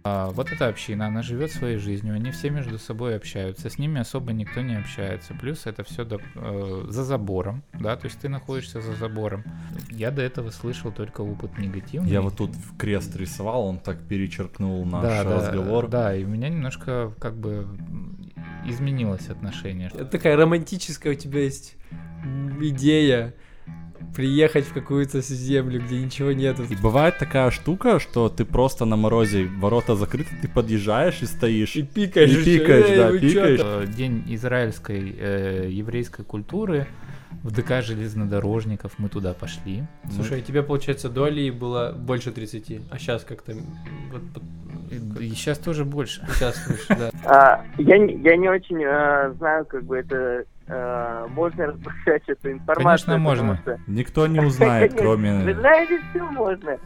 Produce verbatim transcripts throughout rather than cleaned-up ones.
А вот эта община, она живет своей жизнью, они все между собой общаются, с ними особо никто не общается. Плюс это все до, э, за забором, да, то есть ты находишься за забором. Я до этого слышал только опыт негативный. Я вот тут в крест рисовал, он так перечеркнул наш да, разговор. Да, да, и у меня немножко как бы изменилось отношение. Это такая романтическая у тебя есть идея приехать в какую-то землю, где ничего нету. И бывает такая штука, что ты просто на морозе, ворота закрыты, ты подъезжаешь и стоишь. И пикаешь. И пикаешь, эй, да, вы пикаешь. чё-то? День израильской э, еврейской культуры в ДК железнодорожников, мы туда пошли. Слушай, у тебя, получается, до Алии было больше тридцати, а сейчас как-то... Вот, мы... И, и сейчас тоже больше. Сейчас больше, да. А, я, не- я не очень а, знаю, как бы это... а, можно распространять эту информацию. Конечно, можно. потому что- Никто не узнает, Вы кроме... знаете, все можно.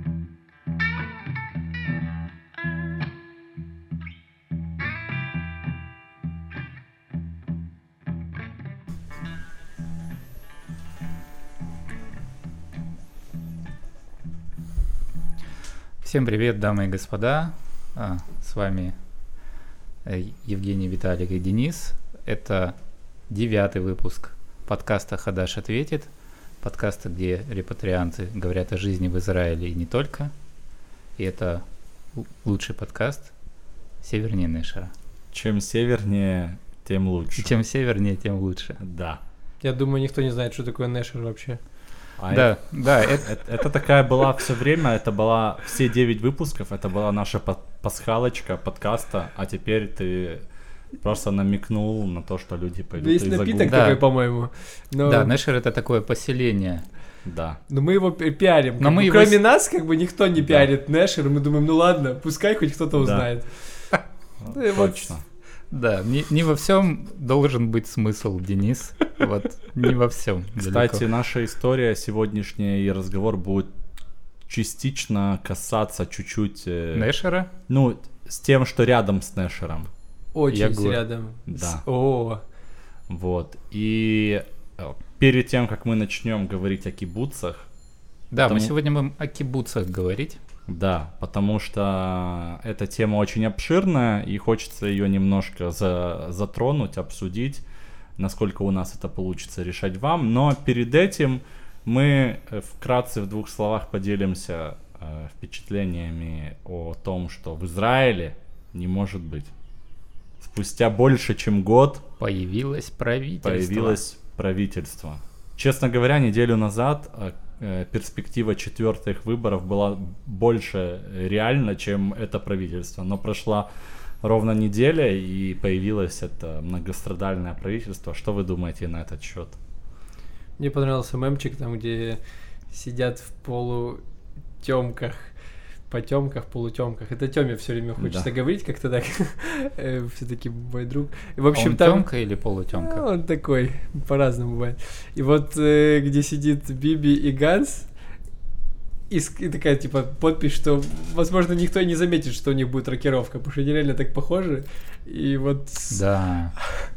Всем привет, дамы и господа. А, с вами э, Евгений, Виталик и Денис. Это девятый выпуск подкаста «Хадаш ответит». Подкаста, где репатрианты говорят о жизни в Израиле и не только. И это л- лучший подкаст севернее Нешера. Чем севернее, тем лучше. И чем севернее, тем лучше. Да. Я думаю, никто не знает, что такое Нешер вообще. А Да, это, да, это... это, это такая была все время, это была все девять выпусков, это была наша па- пасхалочка подкаста, а теперь ты просто намекнул на то, что люди пойдут Есть и напиток загуглят. Да. такой, по-моему. Но... Да, Нешер это такое поселение. Да. Но мы его пи- пиарим. Но Как мы бы его Кроме с- нас, как бы никто не Да. пиарит Нешер, и мы думаем, ну ладно, пускай хоть кто-то Да. узнает. Ну и вот. Точно. Да, не, не во всем должен быть смысл, Денис. Вот, не во всем. Кстати, наша история сегодняшняя и разговор будет частично касаться чуть-чуть... э, Нешера? Ну, с тем, что рядом с Нешером. Очень Ягуар. рядом. Да. С- О, Вот. И э, перед тем, как мы начнем говорить о кибуцах, Да, мы Потому- сегодня будем о кибуцах говорить. да, потому что эта тема очень обширная, и хочется ее немножко за- затронуть, обсудить, насколько у нас это получится, решать вам. Но перед этим мы э, вкратце в двух словах поделимся э, впечатлениями о том, что в Израиле не может быть. Спустя больше, чем год Появилось правительство. появилось правительство. Честно говоря, неделю назад э, э, перспектива четвертых выборов была больше реальна, чем это правительство. Но прошла ровно неделя, и появилось это многострадальное правительство. Что вы думаете на этот счет? мне понравился мемчик, там, где сидят в полутемках, потемках, полутемках. Это Тёме все время хочется Да. говорить, как-то так. Все-таки мой друг. И, в общем, Он там... тёмка или полутёмка? А, он такой, по-разному бывает. И вот э, где сидит Биби и Ганс, и, ск- и такая, типа, подпись, что, возможно, никто и не заметит, что у них будет рокировка, потому что они реально так похожи. И вот... с- Да.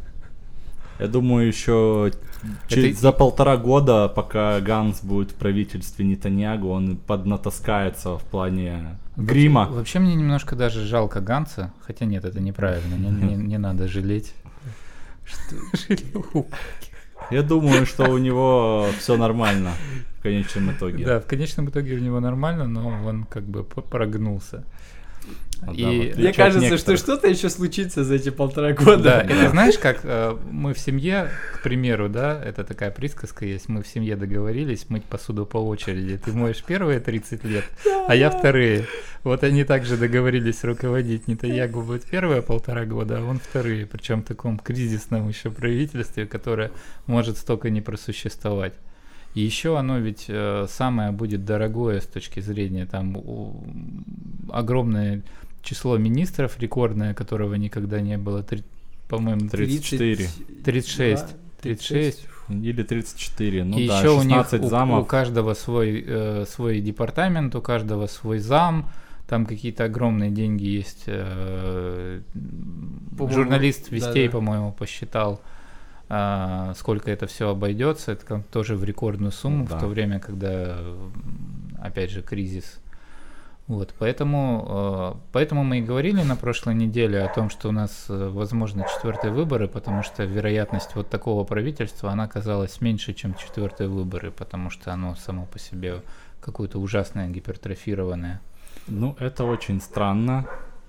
Я думаю, еще Это- за полтора года, пока Ганс будет в правительстве Нетаньягу, он поднатаскается в плане грима. Вообще, вообще мне немножко даже жалко Ганса, хотя нет, это неправильно, не, не- не надо жалеть. Что жалел? Я думаю, что у него все нормально в конечном итоге. Да, в конечном итоге у него нормально, но он как бы п- прогнулся. А, да, И- в отличие Мне от кажется, что некоторых. что-то еще случится за эти полтора года. Да, это знаешь, как э, мы в семье, к примеру, да, это такая присказка есть, мы в семье договорились мыть посуду по очереди. Ты моешь первые тридцать лет, а я вторые. Вот они также договорились руководить Нетаньягу будет первые полтора года, а он вторые, причем в таком кризисном еще правительстве, которое может столько не просуществовать. И еще оно ведь э, самое будет дорогое с точки зрения там у- огромное число министров, рекордное, которого никогда не было, три- по-моему, тридцать четыре. тридцать шесть. тридцать шесть. Или тридцать четыре, ну и да, еще у них шестнадцать у, у замов. каждого свой, э, свой департамент, у каждого свой зам, там какие-то огромные деньги есть. э, По-моему, журналист Вестей, да-да. по-моему, посчитал, а, сколько это все обойдется. Это как тоже в рекордную сумму, Да. в то время, когда, м, опять же, кризис Вот, поэтому, э, поэтому мы и говорили на прошлой неделе о том, что у нас э, возможны четвертые выборы, потому что вероятность вот такого правительства, она казалась меньше, чем четвертые выборы, потому что оно само по себе какое-то ужасное, гипертрофированное. Ну, это очень странно,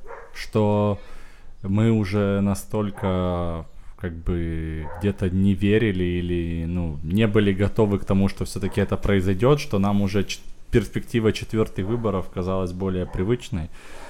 что мы уже настолько как бы где-то не верили или ну, не были готовы к тому, что все-таки это произойдет, что нам уже ч- перспектива четвертых выборов казалась более привычной.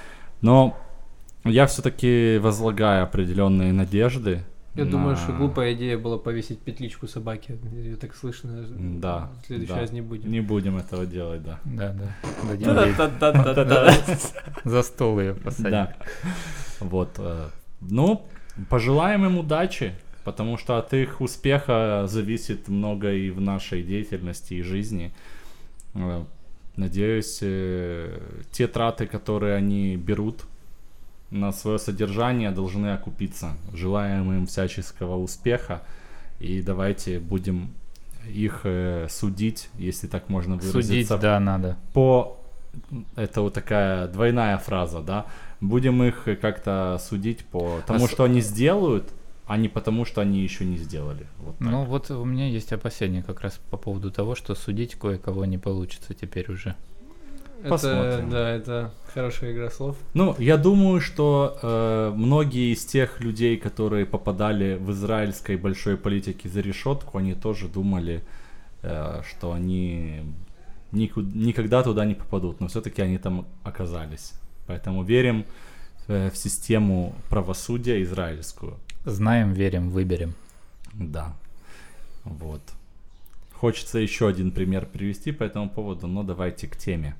Но я все-таки возлагаю определенные надежды. Я на... думаю, что глупая идея была повесить петличку собаке. Ее так слышно. Да. В следующий да. раз не будем. Не будем этого делать, да. Да, да. Дадим ей Да-да-да-да-да. за стол ее посадить. Да. Вот. э, Ну, пожелаем им удачи, потому что от их успеха зависит много и в нашей деятельности и жизни. Э, Надеюсь, э, те траты, которые они берут на свое содержание, должны окупиться. Желаем им всяческого успеха. И давайте будем их э, судить, если так можно выразиться. Судить, да, надо. По... Это вот такая двойная фраза, да? Будем их как-то судить по тому, А с- что они сделают, а не потому, что они еще не сделали. Вот так. Ну вот у меня есть опасения как раз по поводу того, что судить кое-кого не получится теперь уже. Это, Посмотрим. да, это хорошая игра слов. Ну, я думаю, что э, многие из тех людей, которые попадали в израильской большой политике за решетку, они тоже думали, э, что они никуда, никогда туда не попадут, но все-таки они там оказались. Поэтому верим э, в систему правосудия израильскую. Знаем, верим, выберем. Да. Вот. Хочется еще один пример привести по этому поводу, но давайте к теме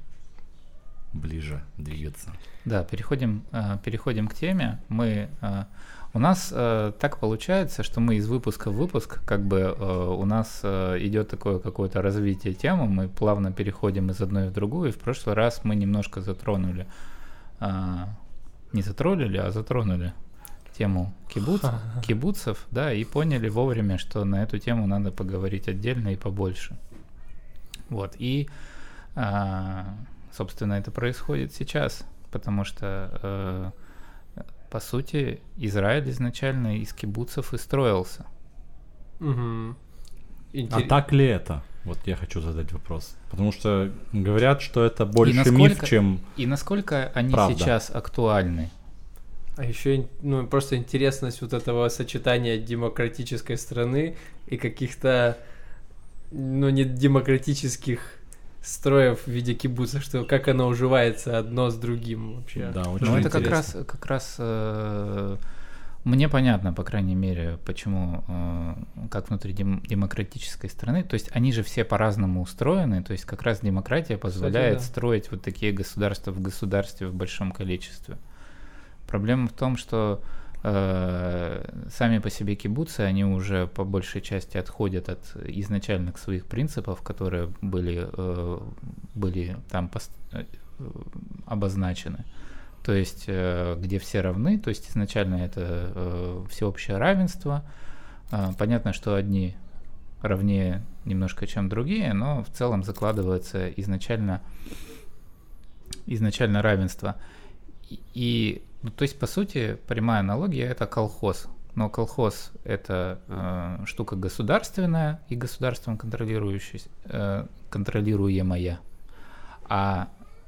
ближе двигаться. Да, переходим, э, переходим к теме. Мы, э, у нас э, так получается, что мы из выпуска в выпуск, как бы э, у нас э, идет такое какое-то развитие темы, мы плавно переходим из одной в другую, и в прошлый раз мы немножко затронули, э, не затроллили, а затронули тему кибуц, кибуцев, да, и поняли вовремя, что на эту тему надо поговорить отдельно и побольше. Вот, и э, собственно, это происходит сейчас, потому что, э, по сути, Израиль изначально из кибуцев и строился. Угу. А так ли это? Вот я хочу задать вопрос. Потому что говорят, что это больше насколько- миф, чем... И насколько они Правда. сейчас актуальны? А еще, ну, просто интересность вот этого сочетания демократической страны и каких-то, ну, не демократических строев в виде кибуца, что как оно уживается одно с другим вообще. Да, очень Ну, это как интересно. раз, как раз э, мне понятно, по крайней мере, почему, э, как внутри дем- демократической страны, то есть они же все по-разному устроены, то есть как раз демократия позволяет да. строить вот такие государства в государстве в большом количестве. Проблема в том, что э, сами по себе кибуцы, они уже по большей части отходят от изначальных своих принципов, которые были, э, были там пост- э, обозначены. То есть, э, где все равны, то есть изначально это э, всеобщее равенство. Э, понятно, что одни равнее немножко, чем другие, но в целом закладывается изначально, изначально равенство. И, и ну, то есть, по сути, прямая аналогия — это колхоз. Но колхоз — это э, штука государственная и государством контролирующая, э, контролируемая. А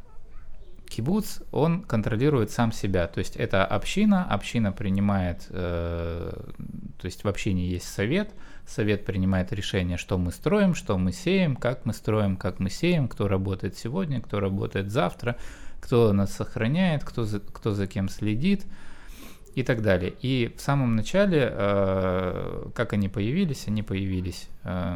кибуц, он контролирует сам себя. То есть это община, община принимает, э, то есть в общине есть совет, совет принимает решение, что мы строим, что мы сеем, как мы строим, как мы сеем, кто работает сегодня, кто работает завтра, кто нас сохраняет, кто за, кто за кем следит и так далее. И в самом начале, э, как они появились, они появились, э,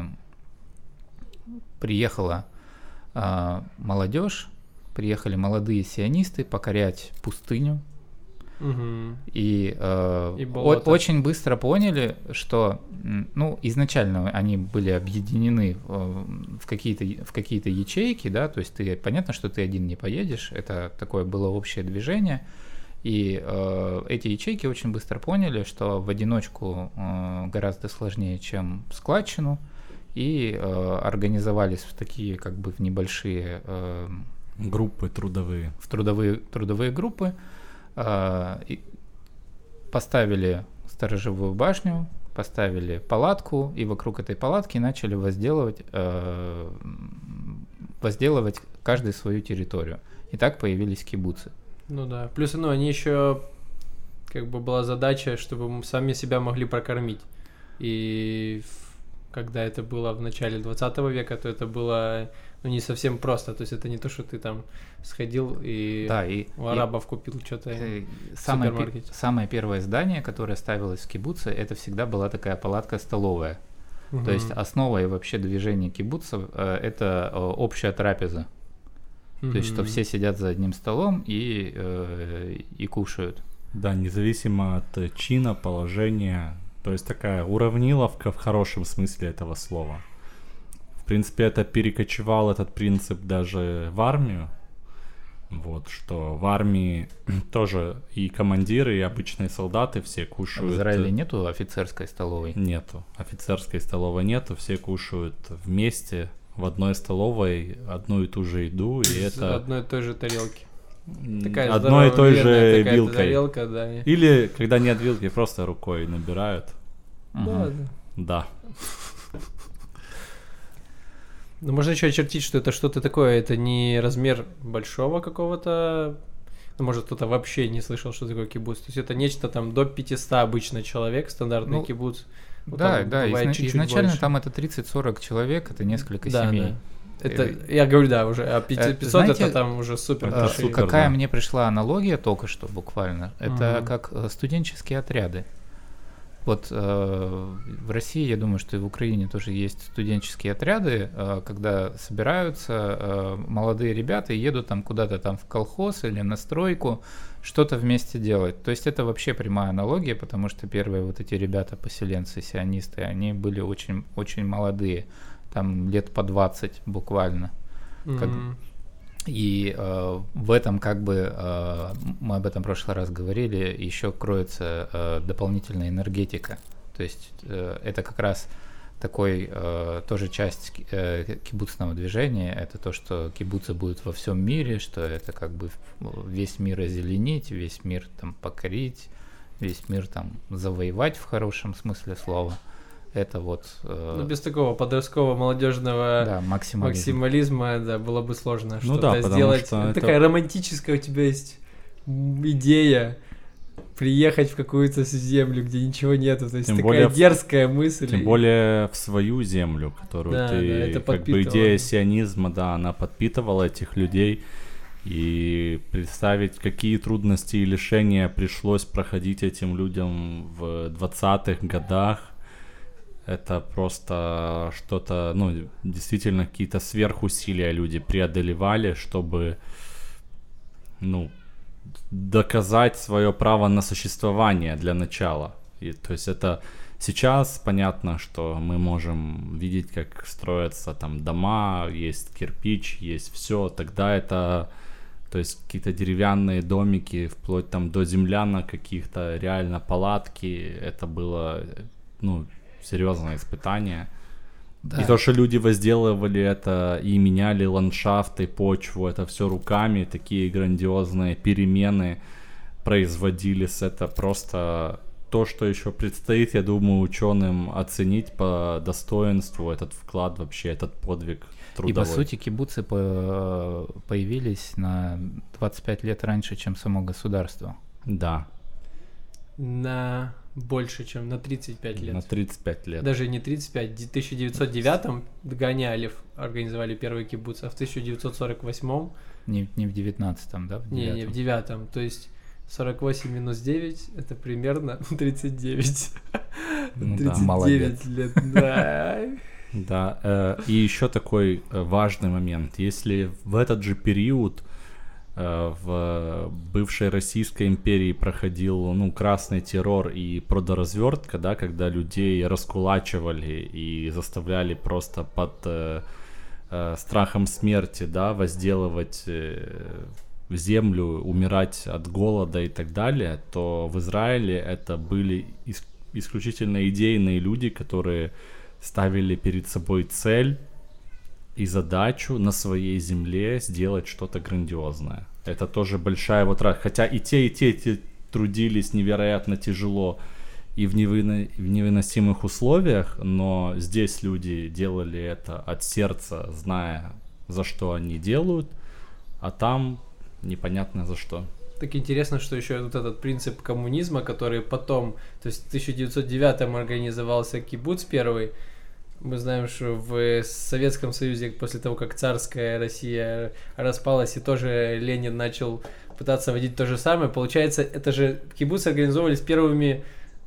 приехала э, молодежь, приехали молодые сионисты покорять пустыню. Угу. И, э, И о- болото. очень быстро поняли, что, м, ну, изначально они были объединены э, в какие-то в какие-то ячейки, да, то есть ты, понятно, что ты один не поедешь, это такое было общее движение, и э, эти ячейки очень быстро поняли, что в одиночку э, гораздо сложнее, чем в складчину, и э, организовались в такие, как бы, в небольшие э, Группы трудовые. В трудовые, трудовые группы. Э, и поставили сторожевую башню, поставили палатку, и вокруг этой палатки начали возделывать, э, возделывать каждый свою территорию. И так появились кибуцы. Ну да. Плюс, ну, они еще, как бы, была задача, чтобы мы сами себя могли прокормить. И когда это было в начале двадцатого века, то это было, ну, не совсем просто. То есть это не то, что ты там сходил и, Да, и у арабов и, купил что-то э, в самое, супермаркете. пе- самое первое здание, которое ставилось в кибуце, это всегда была такая палатка-столовая. Мгм. То есть основой вообще движения кибуцев э, это э, общая трапеза. То есть, что Мгм. все сидят за одним столом и, э, и кушают. Да, независимо от э, чина, положения. То есть такая уравниловка в хорошем смысле этого слова. В принципе, это перекочевал этот принцип даже в армию. Вот, что в армии тоже и командиры, и обычные солдаты все В кушают... Израиле нету офицерской столовой. Нету. Офицерской столовой нету, все кушают вместе в одной столовой одну и ту же еду, и С это одной и той же тарелки. м, Такая одной и той же здоровенная такая вилкой. тарелка, да. и- Или когда нет вилки, просто рукой набирают. Мгм. Да, да. Да. Ну, можно еще очертить, что это что-то такое. Это не размер большого какого-то. Ну, может, кто-то вообще не слышал, что такое кибуц. То есть это нечто там до пятисот обычно человек, стандартный Ну, кибуц. Ну, Да, там да, бывает изна- чуть-чуть изначально больше. там это тридцать-сорок человек, это несколько Да, семей. да. Это, Э, я говорю, да, уже. А пяти- э, пятьсот знаете, это там уже супер. это Э, большие. супер. Какая да. мне пришла аналогия только что буквально, это Мгм. как э, студенческие отряды. Вот э, в России, я думаю, что и в Украине тоже есть студенческие отряды, э, когда собираются э, молодые ребята и едут там куда-то там в колхоз или на стройку, что-то вместе делать. То есть это вообще прямая аналогия, потому что первые вот эти ребята, поселенцы, сионисты, они были очень, очень молодые, там лет по двадцать буквально. как- Мгм. И э, в этом, как бы, э, мы об этом в прошлый раз говорили, еще кроется э, дополнительная энергетика. То есть э, это как раз такой э, тоже часть ки- э, кибуцного движения. Это то, что кибуцы будут во всем мире, что это как бы в- весь мир озеленить, весь мир там покорить, весь мир там завоевать в хорошем смысле слова. Это вот э, Ну, без такого подросткового молодежного да, максимализм. максимализма, да, было бы сложно Ну что-то да, потому сделать. что Ну, это- Такая романтическая у тебя есть м, идея приехать в какую-то землю, где ничего нету. То есть Тем такая более в- дерзкая мысль. Тем и- более в свою землю, которую Да, ты, да, это как бы подпитывало. идея сионизма, да, она подпитывала этих людей. И представить, какие трудности и лишения пришлось проходить этим людям в двадцатых годах, это просто что-то, ну, действительно какие-то сверхусилия люди преодолевали, чтобы, ну, доказать свое право на существование для начала. И, то есть это сейчас понятно, что мы можем видеть, как строятся там дома, есть кирпич, есть все. Тогда это, то есть какие-то деревянные домики, вплоть там до землянок каких-то, реально палатки. Это было, ну, серьезное испытание. Да. И то, что люди возделывали это и меняли ландшафты, почву, это все руками, такие грандиозные перемены производились, это просто то, что еще предстоит, я думаю, ученым оценить по достоинству этот вклад вообще, этот подвиг И трудовой. по сути кибуцы по- появились на двадцать пять лет раньше, чем само государство. Да, На больше, чем на тридцать пять лет. на тридцать пять лет. Даже не тридцать пять. В тысяча девятьсот девятом Дгани Алиф организовали первый кибуц, а в тысяча девятьсот сорок восьмом, Не, не в девятнадцатом, да? В не, не, в девятом. девятом, то есть сорок восемь минус девять это примерно тридцать девять. Ну да, тридцать молодец. девять лет, да. Да, э, и еще такой э, важный момент. Если в этот же период э, в бывшей Российской империи проходил, ну, красный террор и продоразвертка, да, когда людей раскулачивали и заставляли просто под э, э, страхом смерти, да, возделывать э, землю, умирать от голода и так далее, то в Израиле это были ис- исключительно идейные люди, которые ставили перед собой цель и задачу на своей земле сделать что-то грандиозное. Это тоже большая вот радость. Хотя и те, и те, и те трудились невероятно тяжело и в, невыно... в невыносимых условиях, но здесь люди делали это от сердца, зная, за что они делают, а там непонятно за что. Так интересно, что еще вот этот принцип коммунизма, который потом, то есть в тысяча девятьсот девятом организовался кибуц первый. Мы знаем, что в Советском Союзе после того, как царская Россия распалась, и тоже Ленин начал пытаться вводить то же самое. Получается, это же кибуцы организовывались первыми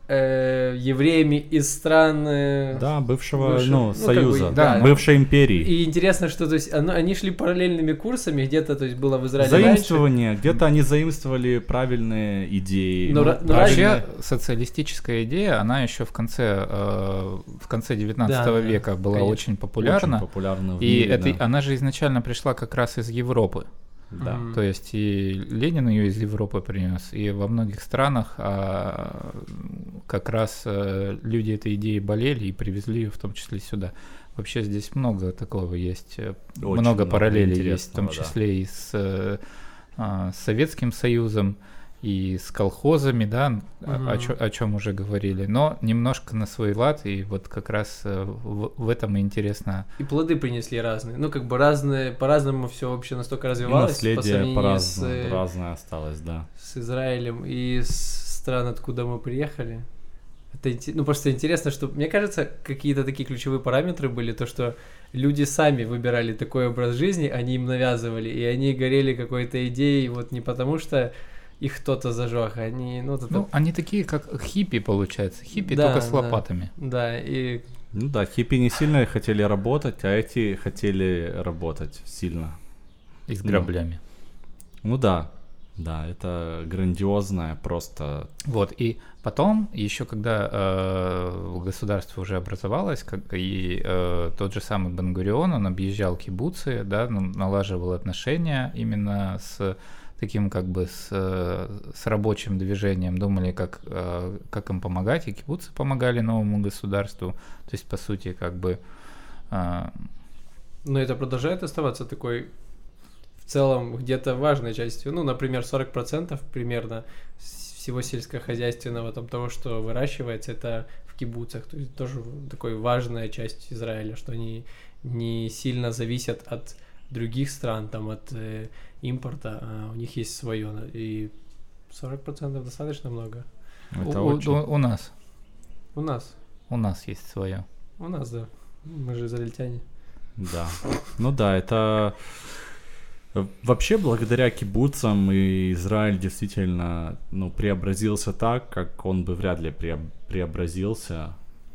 э, евреями из стран... Э, да, бывшего, бывшего ну, ну, Союза, как бы, да, да. бывшей империи. И интересно, что то есть, оно, они шли параллельными курсами, где-то то есть, было в Израиле Заимствование, раньше. где-то они заимствовали правильные идеи. Но, ну, ра- но правильные... Вообще, социалистическая идея, она еще в конце, э, в конце девятнадцатого Да, века была конечно. очень популярна. Очень популярна в И мире, это, да. она же изначально пришла как раз из Европы. Да. Мгм. То есть и Ленин ее из Европы принес, и во многих странах а, как раз а, люди этой идеей болели и привезли ее в том числе сюда. Вообще здесь много такого есть, Очень много много параллелей есть, в том интересного, да. числе и с, а, с Советским Союзом, и с колхозами, да, Мгм. о, чё- о чем уже говорили, но немножко на свой лад, и вот как раз э, в, в этом и интересно. И плоды принесли разные. Ну, как бы разные, по-разному все вообще настолько И развивалось по наследие сравнению по-разному, с, э, разное осталось, да. с Израилем и с стран, откуда мы приехали. Это, инте- ну, просто интересно, что, мне кажется, какие-то такие ключевые параметры были, то, что люди сами выбирали такой образ жизни, они им навязывали, и они горели какой-то идеей, вот не потому что их кто-то зажег, они, ну, вот это... Ну, они такие, как хиппи, получается, хиппи Да, только с да. лопатами. Да, и Ну да, хиппи не сильно хотели работать, а эти хотели работать сильно. И с Ну. граблями. Ну да, да, это грандиозное просто... Вот, и потом, еще когда э, государство уже образовалось, как, и э, тот же самый Бен-Гурион, он объезжал кибуцы, да, ну, налаживал отношения именно с таким как бы с, с рабочим движением, думали, как, э, как им помогать, и кибуцы помогали новому государству, то есть, по сути, как бы... Э, но это продолжает оставаться такой в целом где-то важной частью. Ну, например, сорок процентов примерно всего сельскохозяйственного, там, того, что выращивается, это в кибуцах. То есть тоже такой важная часть Израиля, что они не сильно зависят от других стран, там, от э, импорта, а у них есть свое. И сорок процентов достаточно много. Это у, очень... у, у нас, У нас. у нас есть свое. У нас, да. Мы же израильтяне. Да. Ну да, это... Вообще, благодаря кибуцам и Израиль действительно, ну, преобразился так, как он бы вряд ли преоб- преобразился.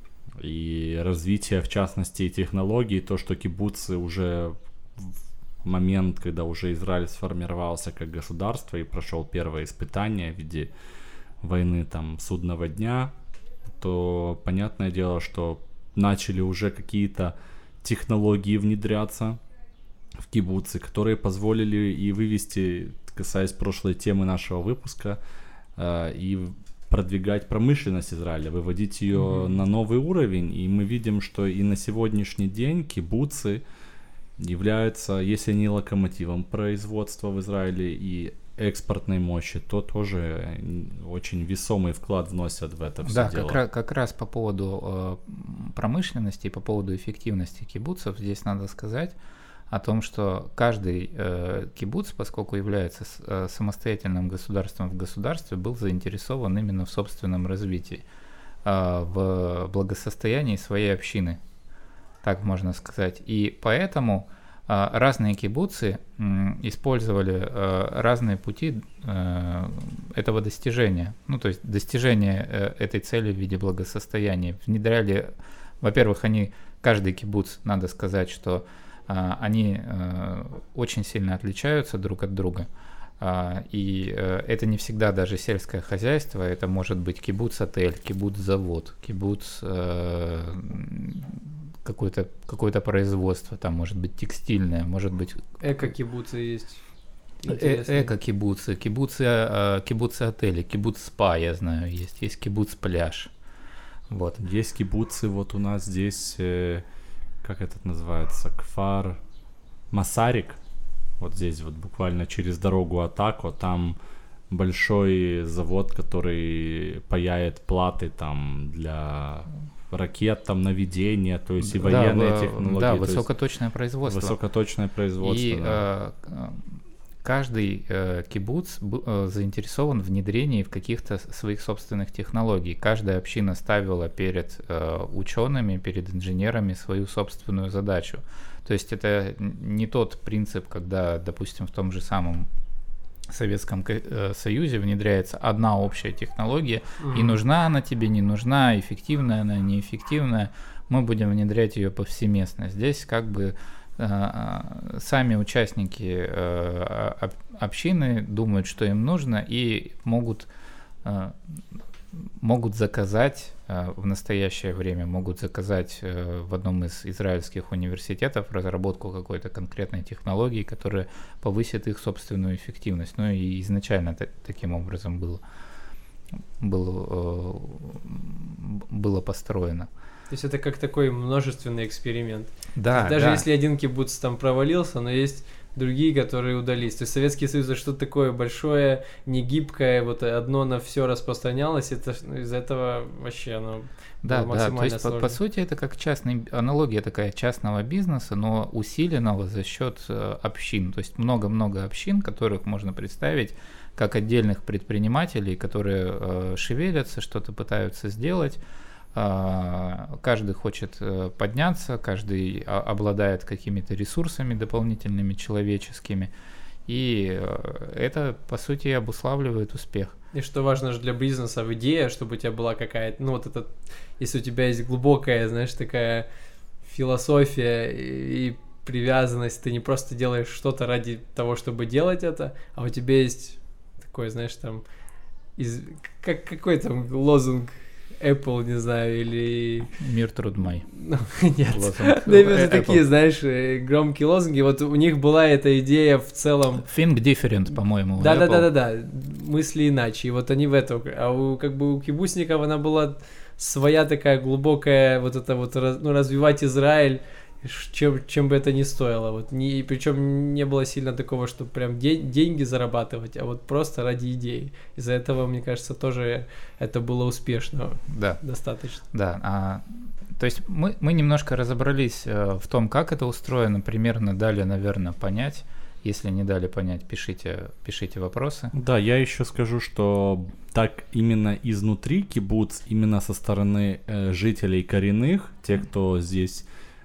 И развитие, в частности, и технологий, то, что кибуцы уже в момент, когда уже Израиль сформировался как государство и прошел первое испытание в виде войны там судного дня, то понятное дело, что начали уже какие-то технологии внедряться в кибуцы, которые позволили и вывести, касаясь прошлой темы нашего выпуска, э, и продвигать промышленность Израиля, выводить ее mm-hmm. на новый уровень. И мы видим, что и на сегодняшний день кибуцы являются, если не локомотивом производства в Израиле и экспортной мощи, то тоже очень весомый вклад вносят в это все да, дело. Как, раз, как раз по поводу э, промышленности и по поводу эффективности кибуцев здесь надо сказать о том, что каждый э, кибуц, поскольку является с, э, самостоятельным государством в государстве, был заинтересован именно в собственном развитии, э, в благосостоянии своей общины, так можно сказать. И поэтому э, разные кибуцы э, использовали э, разные пути э, этого достижения, ну то есть достижения э, этой цели в виде благосостояния. Внедряли, во-первых, они, каждый кибуц, надо сказать, что Uh, они uh, очень сильно отличаются друг от друга. Uh, и uh, это не всегда даже сельское хозяйство, это может быть кибуц-отель, кибуц-завод, кибуц uh, какое-то, какое-то производство, там может быть текстильное, может быть... Эко-кибуцы есть. Э- эко-кибуцы, кибуцы, uh, кибуцы-отели, кибуц-спа, я знаю, есть, есть кибуц-пляж. Вот. Есть кибуцы, вот у нас здесь... Э- как этот называется, кфар, Масарик, вот здесь вот буквально через дорогу от Ако, там большой завод, который паяет платы там для ракет, там наведения, то есть и военные да, технологии. Да, высокоточное производство. Высокоточное производство, и, да. э, каждый э, кибуц б, э, заинтересован в внедрении в каких-то своих собственных технологий. Каждая община ставила перед э, учеными, перед инженерами свою собственную задачу. То есть это не тот принцип, когда, допустим, в том же самом Советском э, Союзе внедряется одна общая технология, mm-hmm. и нужна она тебе, не нужна, эффективная она, неэффективная, мы будем внедрять ее повсеместно. Здесь как бы э, сами участники э, общины думают, что им нужно, и могут, э, могут заказать э, в настоящее время, могут заказать э, в одном из израильских университетов разработку какой-то конкретной технологии, которая повысит их собственную эффективность. Ну и изначально т- таким образом было, было, э, было построено. То есть это как такой множественный эксперимент. Да, даже да. если один кибуц там провалился, но есть другие, которые удались. То есть Советский Союз это что-то такое большое, негибкое, вот одно на все распространялось, это из-за этого вообще оно да, было да, максимально то есть сложно. по, по сути это как частный, аналогия такая частного бизнеса, но усиленного за счет э, общин. То есть много-много общин, которых можно представить как отдельных предпринимателей, которые э, шевелятся, что-то пытаются сделать. Каждый хочет подняться, каждый обладает какими-то ресурсами дополнительными человеческими, и это, по сути, обуславливает успех. И что важно же для бизнеса, в идее, чтобы у тебя была какая-то, ну вот это, если у тебя есть глубокая, знаешь, такая философия и привязанность, ты не просто делаешь что-то ради того, чтобы делать это, а у тебя есть такой, знаешь, там, из, как, какой там лозунг, Apple, не знаю, или... Мир Трудмай. Ну, нет. Наверное, такие, знаешь, громкие лозунги. Вот у них была эта идея в целом... Think different, по-моему. Да-да-да-да-да. Мысли иначе. И вот они в этом... А у, как бы, у кибуцников она была своя такая глубокая, вот это вот, ну, развивать Израиль, чем, чем бы это ни стоило. Вот не, причем не было сильно такого, что прям де- деньги зарабатывать, а вот просто ради идей. Из-за этого, мне кажется, тоже это было успешно. Да. Достаточно. Да. А, то есть мы, мы немножко разобрались э, в том, как это устроено, примерно дали, наверное, понять. Если не дали понять, пишите, пишите вопросы. Да, я еще скажу, что так именно изнутри кибуц, именно со стороны э, жителей коренных, тех, кто здесь...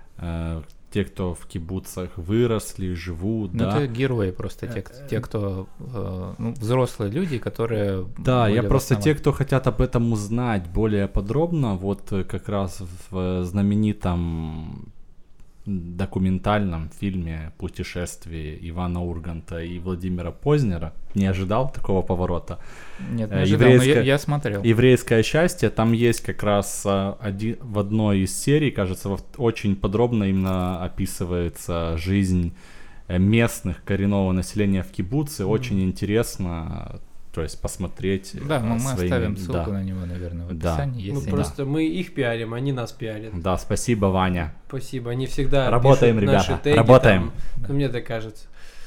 те, кто в кибуцах выросли, живут, ну, да. это герои просто, те, те кто э, ну, взрослые люди, которые... Да, я просто основном... те, кто хотят об этом узнать более подробно, вот как раз в знаменитом документальном фильме «Путешествие» Ивана Урганта и Владимира Познера. Не ожидал такого поворота? Нет, не ожидал, Еврейское... но я, я смотрел. «Еврейское счастье», там есть как раз один, в одной из серий, кажется, очень подробно именно описывается жизнь местных коренного населения в кибуце. Mm-hmm. Очень интересно, то есть посмотреть. Да, мы, мы своими... оставим ссылку да. на него, наверное, в описании. Да. Если мы просто мы их пиарим, они нас пиарят. Да, спасибо, Ваня. Спасибо, они всегда работаем, пишут ребята, наши теги, работаем. Там, да. Ну, мне так кажется.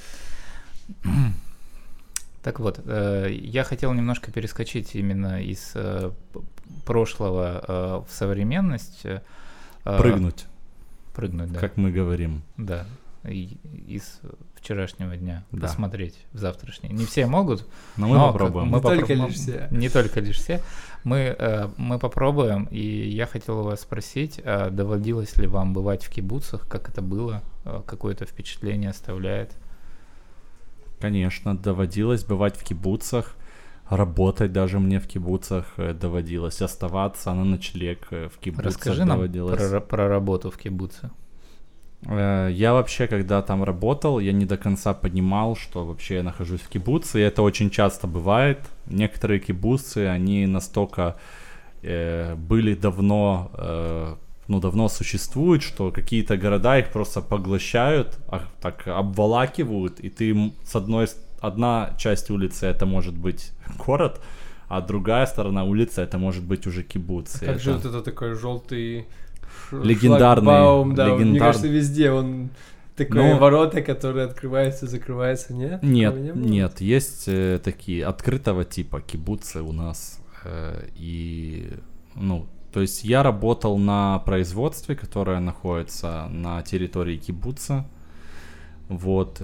Так вот, э, я хотел немножко перескочить именно из э, прошлого э, в современность. Э, Прыгнуть. Прыгнуть, да. Как мы говорим. Да, и, из вчерашнего дня да. посмотреть в завтрашний. Не все могут, но мы но попробуем. Мы не попро- только лишь все. Не только лишь все. Мы, э, мы попробуем, и я хотел у вас спросить, а доводилось ли вам бывать в кибуцах, как это было, какое-то впечатление оставляет? Конечно, доводилось бывать в кибуцах, работать даже мне в кибуцах доводилось, оставаться на ночлег в кибуцах. Расскажи нам доводилось. про, про работу в кибуце. Я вообще, когда там работал, я не до конца понимал, что вообще я нахожусь в кибуце, и это очень часто бывает. Некоторые кибуцы, они настолько э, были давно, э, ну, давно существуют, что какие-то города их просто поглощают, а, так обволакивают, и ты с одной, одна часть улицы это может быть город, а другая сторона улицы это может быть уже кибуц. А как это... же вот это такой желтый... Легендарный, шлагбаум, да, легендар... мне кажется, везде он Такое Ну, ворота, которые открываются, закрываются, нет? Нет, Такого не было? нет, есть э, такие открытого типа кибуцы у нас. э, и, ну, то есть я работал на производстве, которое находится на территории кибуца. Вот,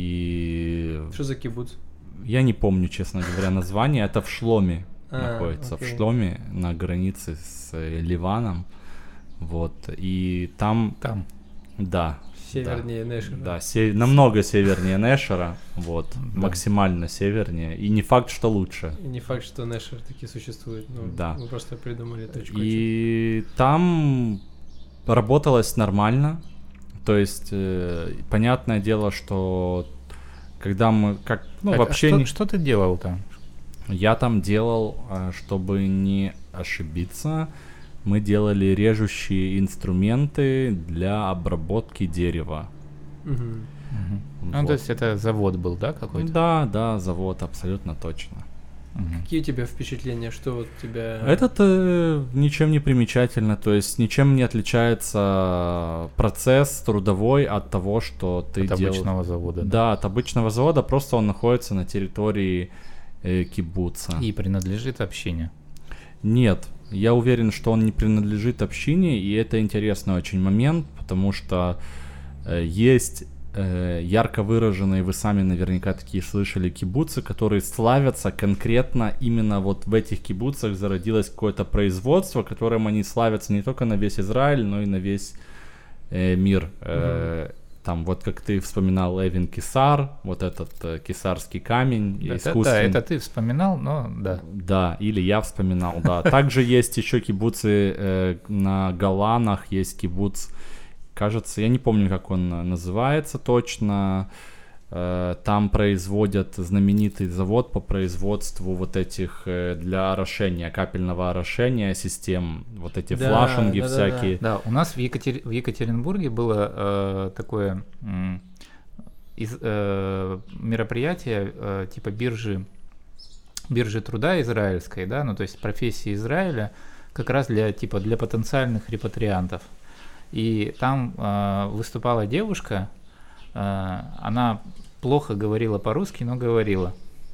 и Что за кибуц? я не помню, честно говоря, название. Это в Шломе А, находится, окей. в Шломе, на границе с э, Ливаном. Вот, и там, Там. да. Севернее Нэшера. Да, се- намного севернее Нэшера, вот, Да. максимально севернее, и не факт, что лучше. И не факт, что Нэшер таки существует. Ну, Да. мы просто придумали точку. И там работалось нормально, то есть, э, понятное дело, что когда мы, как, ну, А- вообще а что, не... что ты делал там? Я там делал, э, чтобы не ошибиться, мы делали режущие инструменты для обработки дерева. Мгм. Мгм. Ну, Вот. то есть это завод был, да, какой-то? Да, да, завод, абсолютно точно. Мгм. Какие у тебя впечатления? Что вот у тебя... Этот э, ничем не примечательно, то есть ничем не отличается процесс трудовой от того, что ты От делал. обычного завода. Да, от обычного завода, просто он находится на территории э, кибуца. И принадлежит общине. Нет, я уверен, что он не принадлежит общине, и это интересный очень момент, потому что э, есть э, ярко выраженные, вы сами наверняка такие слышали, кибуцы, которые славятся конкретно именно вот в этих кибуцах зародилось какое-то производство, которым они славятся не только на весь Израиль, но и на весь э, мир. Э, Там вот как ты вспоминал Эвен Кисар, вот этот э, кисарский камень Это, да, искусственный. это ты вспоминал, но да. Да, или я вспоминал, да. Также есть еще кибуцы э, на Голанах, есть кибуц, кажется, я не помню, как он э, называется точно. Э, там производят знаменитый завод по производству вот этих э, для орошения, капельного орошения систем, вот эти Да, флашинги да-да-да. всякие. Да, у нас в, Екатер... в Екатеринбурге было э, такое м, из, э, мероприятие э, типа биржи, биржи труда израильской, да, ну то есть профессии Израиля, как раз для типа для потенциальных репатриантов. И там э, выступала девушка, э, она плохо говорила по-русски, но говорила.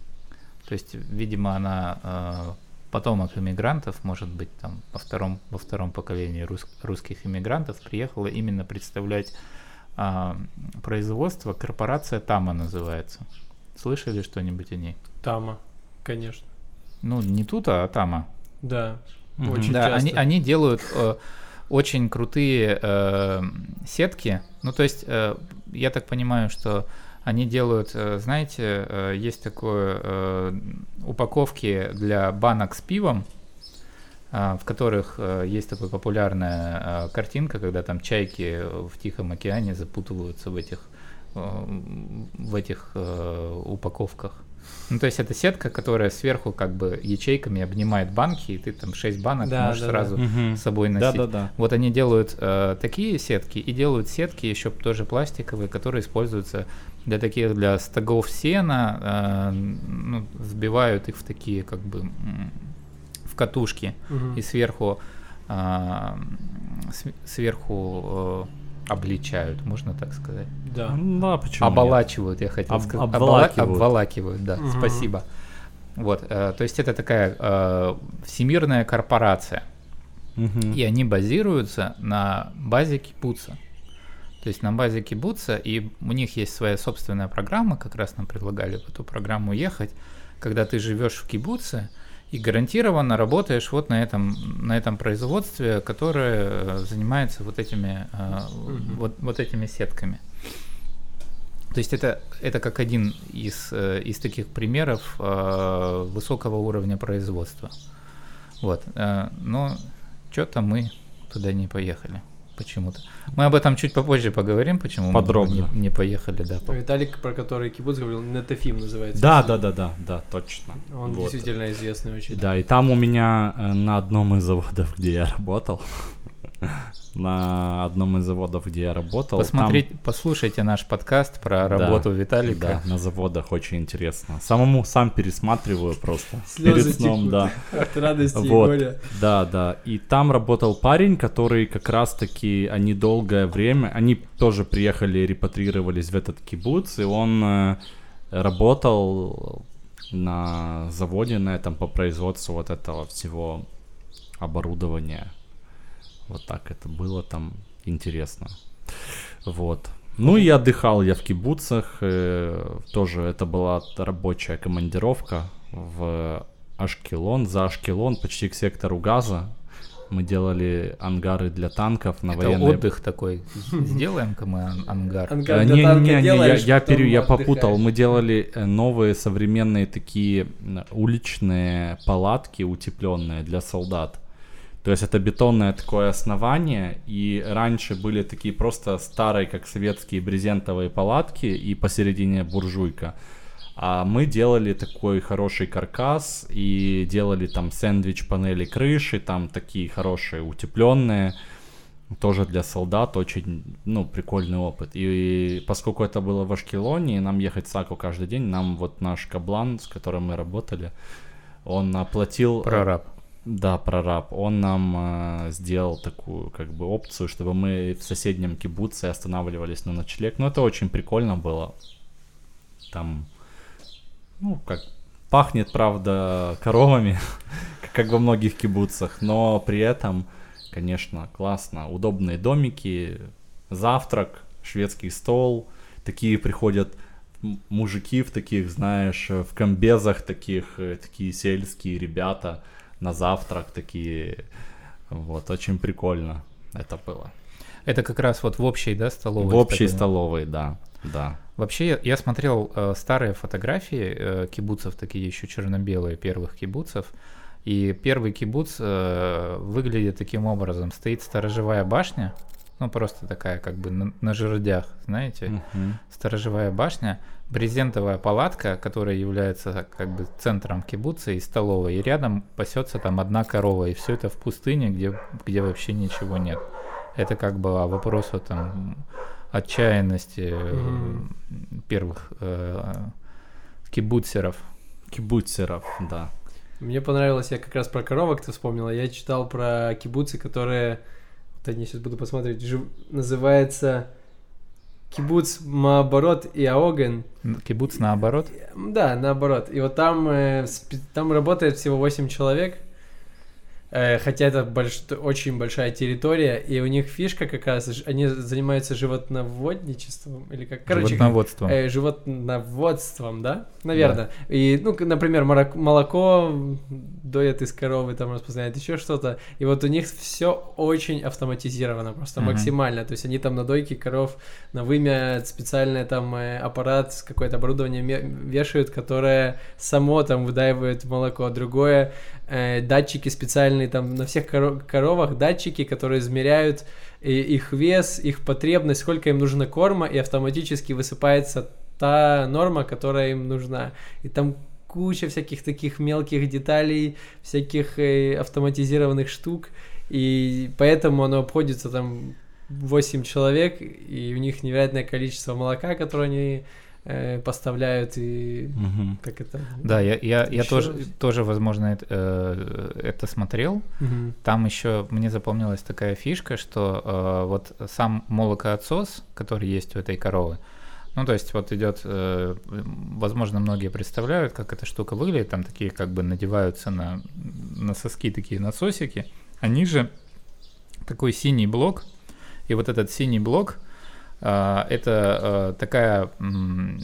То есть, видимо, она э, потомок иммигрантов, может быть, там во втором, во втором поколении рус, русских иммигрантов, приехала именно представлять э, производство. Корпорация Тама называется. Слышали что-нибудь о ней? Тама, конечно. Ну, не тут, а Тама. Да, Мгм. очень Да, часто. они, они делают э, очень крутые э, сетки. Ну, то есть, э, я так понимаю, что они делают, э, знаете, э, есть такое э, упаковки для банок с пивом, э, в которых э, есть такая популярная э, картинка, когда там чайки в Тихом океане запутываются в этих, э, в этих э, упаковках. Ну, то есть это сетка, которая сверху как бы ячейками обнимает банки, и ты там шесть банок Да, можешь да, сразу Мгм. с собой носить. Да-да-да. Вот они делают э, такие сетки и делают сетки еще тоже пластиковые, которые используются для таких, для стогов сена, э, ну, сбивают их в такие как бы м, в катушки Мгм. и сверху э, с- сверху э, обличают, можно так сказать. Да. Ну Да, почему нет? Оболачивают, я хотел Об- сказать. обволакивают. Обвола- Обволакивают, да, Мгм. спасибо. Вот, э, то есть это такая э, всемирная корпорация, Мгм. и они базируются на базе кибуца. То есть на базе кибуца, и у них есть своя собственная программа, как раз нам предлагали в эту программу ехать, когда ты живешь в кибуце и гарантированно работаешь вот на этом, на этом производстве, которое э, занимается вот этими, э, Мгм. вот, вот этими сетками. То есть это, это как один из, э, из таких примеров э, высокого уровня производства. Вот. э, но что-то мы туда не поехали почему-то. Мы об этом чуть попозже поговорим, почему Подробно. мы не, не поехали. Да, по- Виталик, про который кибуц говорил, Нетафим называется. Да, да, да, да, да, точно. Он Вот. действительно известный очень. Да, и там у меня э, на одном из заводов, где я работал, на одном из заводов, где я работал. Посмотрите, там... послушайте наш подкаст про работу да, Виталика. Да, на заводах очень интересно. Самому сам пересматриваю просто. Слезы перед сном, текут да. от радости вот, и горя. Да, да. И там работал парень, который как раз-таки, они долгое время, они тоже приехали, репатрировались в этот кибуц, и он э, работал на заводе на этом по производству вот этого всего оборудования. Вот так это было там интересно. Вот. Ну и отдыхал я в кибуцах. Э, тоже это была рабочая командировка в Ашкелон. За Ашкелон, почти к сектору Газа. Мы делали ангары для танков на это военные... отдых такой. Сделаем-ка мы ангар. Ангар А, для не, танка не, не, делаешь, я, я, потом пере, я отдыхаешь. попутал. Мы делали э, новые современные такие м, уличные палатки утепленные для солдат. То есть это бетонное такое основание, и раньше были такие просто старые, как советские брезентовые палатки, и посередине буржуйка. А мы делали такой хороший каркас, и делали там сэндвич-панели крыши, там такие хорошие утепленные, тоже для солдат, очень, ну, прикольный опыт. И, и поскольку это было в Ашкелоне, и нам ехать в Саку каждый день, нам вот наш каблан, с которым мы работали, он оплатил... Прораб. Да, прораб. Он нам э, сделал такую как бы опцию, чтобы мы в соседнем кибуце останавливались на ночлег. Ну, это очень прикольно было. Там, ну, как пахнет, правда, коровами, как во многих кибуцах, но при этом, конечно, классно. Удобные домики, завтрак, шведский стол. Такие приходят мужики в таких, знаешь, в комбезах таких, такие сельские ребята. На завтрак такие, вот, очень прикольно это было. Это как раз вот в общей, да, столовой? В общей такой. столовой, да, да. Вообще, я, я смотрел э, старые фотографии э, кибуцев, такие еще черно-белые, первых кибуцев, и первый кибуц э, выглядит таким образом. Стоит сторожевая башня, ну, просто такая, как бы, на, на жердях, знаете, Uh-huh. сторожевая башня, брезентовая палатка, которая является как бы центром кибуца и столовой, и рядом пасется там одна корова, и все это в пустыне, где, где вообще ничего нет. Это как бы вопрос вот, там отчаянности mm-hmm. первых э, кибуцеров. Кибуцеров, да. Мне понравилось, я как раз про коровок ты вспомнила, я читал про кибуцы, которые, вот я сейчас буду посмотреть, жив... называется... Кибуц Мааборот и Аоген. Кибуц наоборот? Да, наоборот. И вот там, э, спи- там работает всего восемь человек, э, хотя это больш... очень большая территория, и у них фишка как раз, ж- они занимаются животноводничеством, или как? Короче, Животноводством. Э, животноводством, да? Наверное. Да. И, ну, например, молоко, молоко доят из коровы, там распознают еще что-то. И вот у них все очень автоматизировано, просто mm-hmm. максимально. То есть они там на дойке коров на вымя специальный там э, аппарат, какое-то оборудование вешают, которое само там выдаивает молоко. Другое, э, датчики специальные там на всех коров- коровах, датчики, которые измеряют э, их вес, их потребность, сколько им нужно корма, и автоматически высыпается та норма, которая им нужна. И там куча всяких таких мелких деталей, всяких э, автоматизированных штук, и поэтому оно обходится там восемь человек, и у них невероятное количество молока, которое они э, поставляют, и Угу. как это... Да, я, я, я Еще тоже, раз. тоже, возможно, это, э, это смотрел. Мгм. Там еще мне запомнилась такая фишка, что э, вот сам молокоотсос, который есть у этой коровы, ну, то есть вот идет, э, возможно, многие представляют, как эта штука выглядит, там такие как бы надеваются на, на соски такие насосики, они же такой синий блок, и вот этот синий блок, э, это э, такая м,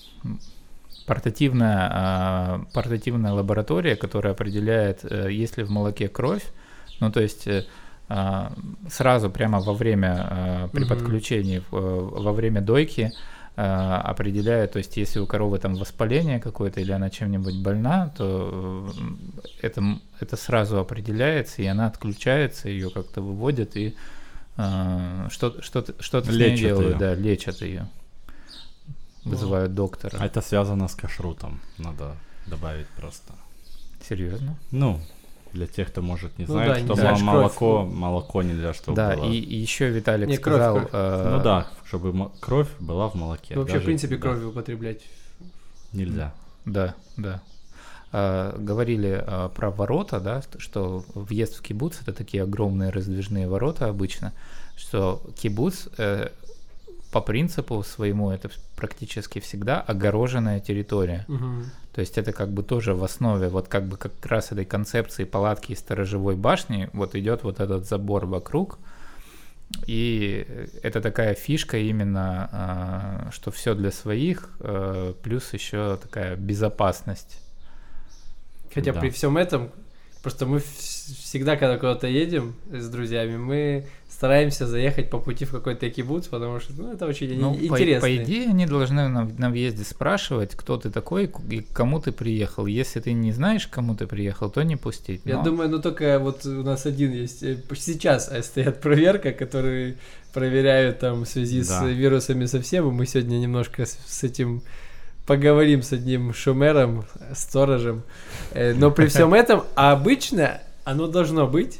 портативная, э, портативная лаборатория, которая определяет, э, есть ли в молоке кровь, ну, то есть... Э, сразу прямо во время, э, при Мгм. подключении, э, во время дойки э, определяет, то есть если у коровы там воспаление какое-то или она чем-нибудь больна, то э, это, это сразу определяется, и она отключается, ее как-то выводят и э, что, что-то, что-то с ней Лечат делают, её. да, лечат ее, вызывают доктора. Это связано с кашрутом, надо добавить просто. Серьезно? Ну, Для тех, кто, может, не Ну знает, да, что нельзя мо- ж молоко, кровь. молоко нельзя, чтобы Да, было. и, и еще Виталик Не, кровь, сказал... кровь. э, Ну да, чтобы мо- кровь была в молоке. Вообще, даже- в принципе, да, кровь употреблять. нельзя. Да, да. А, говорили а, про ворота, да, что въезд в кибуц — это такие огромные раздвижные ворота обычно, что кибуц э, по принципу своему это практически всегда огороженная территория. Мгм. То есть это как бы тоже в основе вот как бы как раз этой концепции палатки и сторожевой башни вот идет вот этот забор вокруг. И это такая фишка именно, а, что все для своих, а, плюс еще такая безопасность. Хотя Да. при всем этом, просто мы вс- всегда, когда куда-то едем с друзьями, мы стараемся заехать по пути в какой-то кибуц, потому что, ну, это очень Ну, ин- по, интересно. по идее, они должны на, на въезде спрашивать, кто ты такой к- и к кому ты приехал. Если ты не знаешь, к кому ты приехал, то не пустить. Я Но- думаю, ну только вот у нас один есть, э, сейчас э, стоят проверка, которые проверяют там в связи с Да. вирусами совсем, и мы сегодня немножко с, с этим поговорим с одним шумером, сторожем. Э, Но при всем этом, а обычно оно должно быть,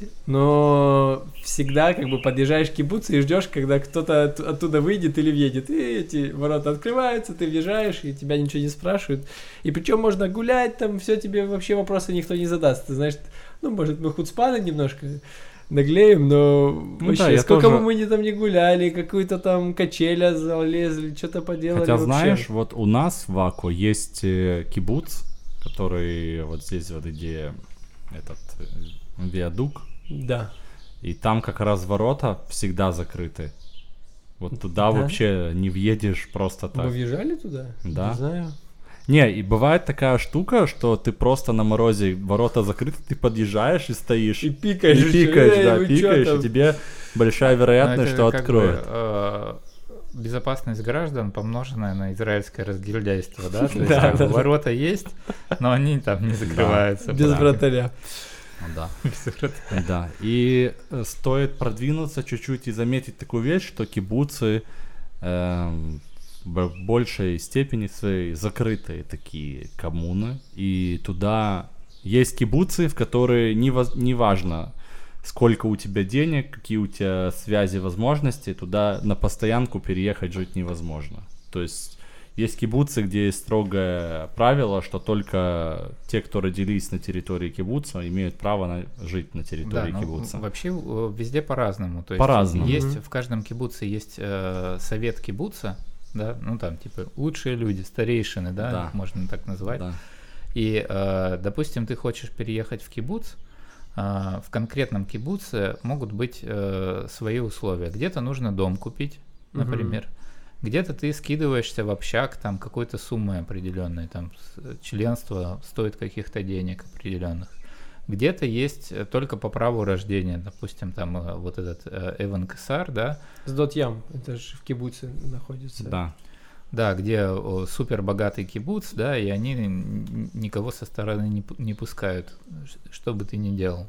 но всегда как бы подъезжаешь к кибуцу и ждешь, когда кто-то от- оттуда выйдет или въедет. И эти ворота открываются, ты въезжаешь, и тебя ничего не спрашивают. И причем можно гулять, там все тебе вообще вопросы никто не задаст. Ты знаешь, ну, может, мы хуцпаны немножко наглеем, но вообще, да, я сколько тоже- бы мы ни там не гуляли, какую-то там качеля залезли, что-то поделали. Хотя, вообще. знаешь, вот у нас в Аку есть э, кибуц, который вот здесь вот где этот э, виадук, Да. и там как раз ворота всегда закрыты. Вот туда Да? вообще не въедешь просто Мы так. въезжали туда? Да. Не знаю. Не, и бывает такая штука, что ты просто на морозе, ворота закрыты, ты подъезжаешь и стоишь. И пикаешь. И пикаешь, «Эй, да, вы чё пикаешь, там?» и тебе большая Но вероятность, это что как откроют. бы, э, безопасность граждан, помноженная на израильское разгильдяйство, да? То есть Да, как бы да, да. ворота есть, но они там не закрываются. Без Да. вратаря. Да. Без вратаря. Да, и э, стоит продвинуться чуть-чуть и заметить такую вещь, что кибуцы эм, в большей степени своей закрытые такие коммуны, и туда есть кибуцы, в которые не, воз- не важно, сколько у тебя денег, какие у тебя связи, возможности, туда на постоянку переехать жить невозможно. То есть есть кибуцы, где есть строгое правило, что только те, кто родились на территории кибуца, имеют право на, жить на Да, территории ну, кибуца. вообще э, везде по-разному. То есть По-разному. Есть Мгм. в каждом кибуце есть э, совет кибуца, да, ну там типа лучшие люди, старейшины, да, Да. их можно так назвать. Да. И, э, допустим, ты хочешь переехать в кибуц, э, в конкретном кибуце могут быть э, свои условия. Где-то нужно дом купить, например. Где-то ты скидываешься в общак там какой-то суммой определенной, там с- членство стоит каких-то денег определенных. Где-то есть э, только по праву рождения, допустим, там э, вот этот э, Эван Кесар, да, С Дот-Ям, это же в кибуце находится. Да. да, где о, супер богатый кибуц, да, и они н- никого со стороны не, пу- не пускают, ш- что бы ты ни делал.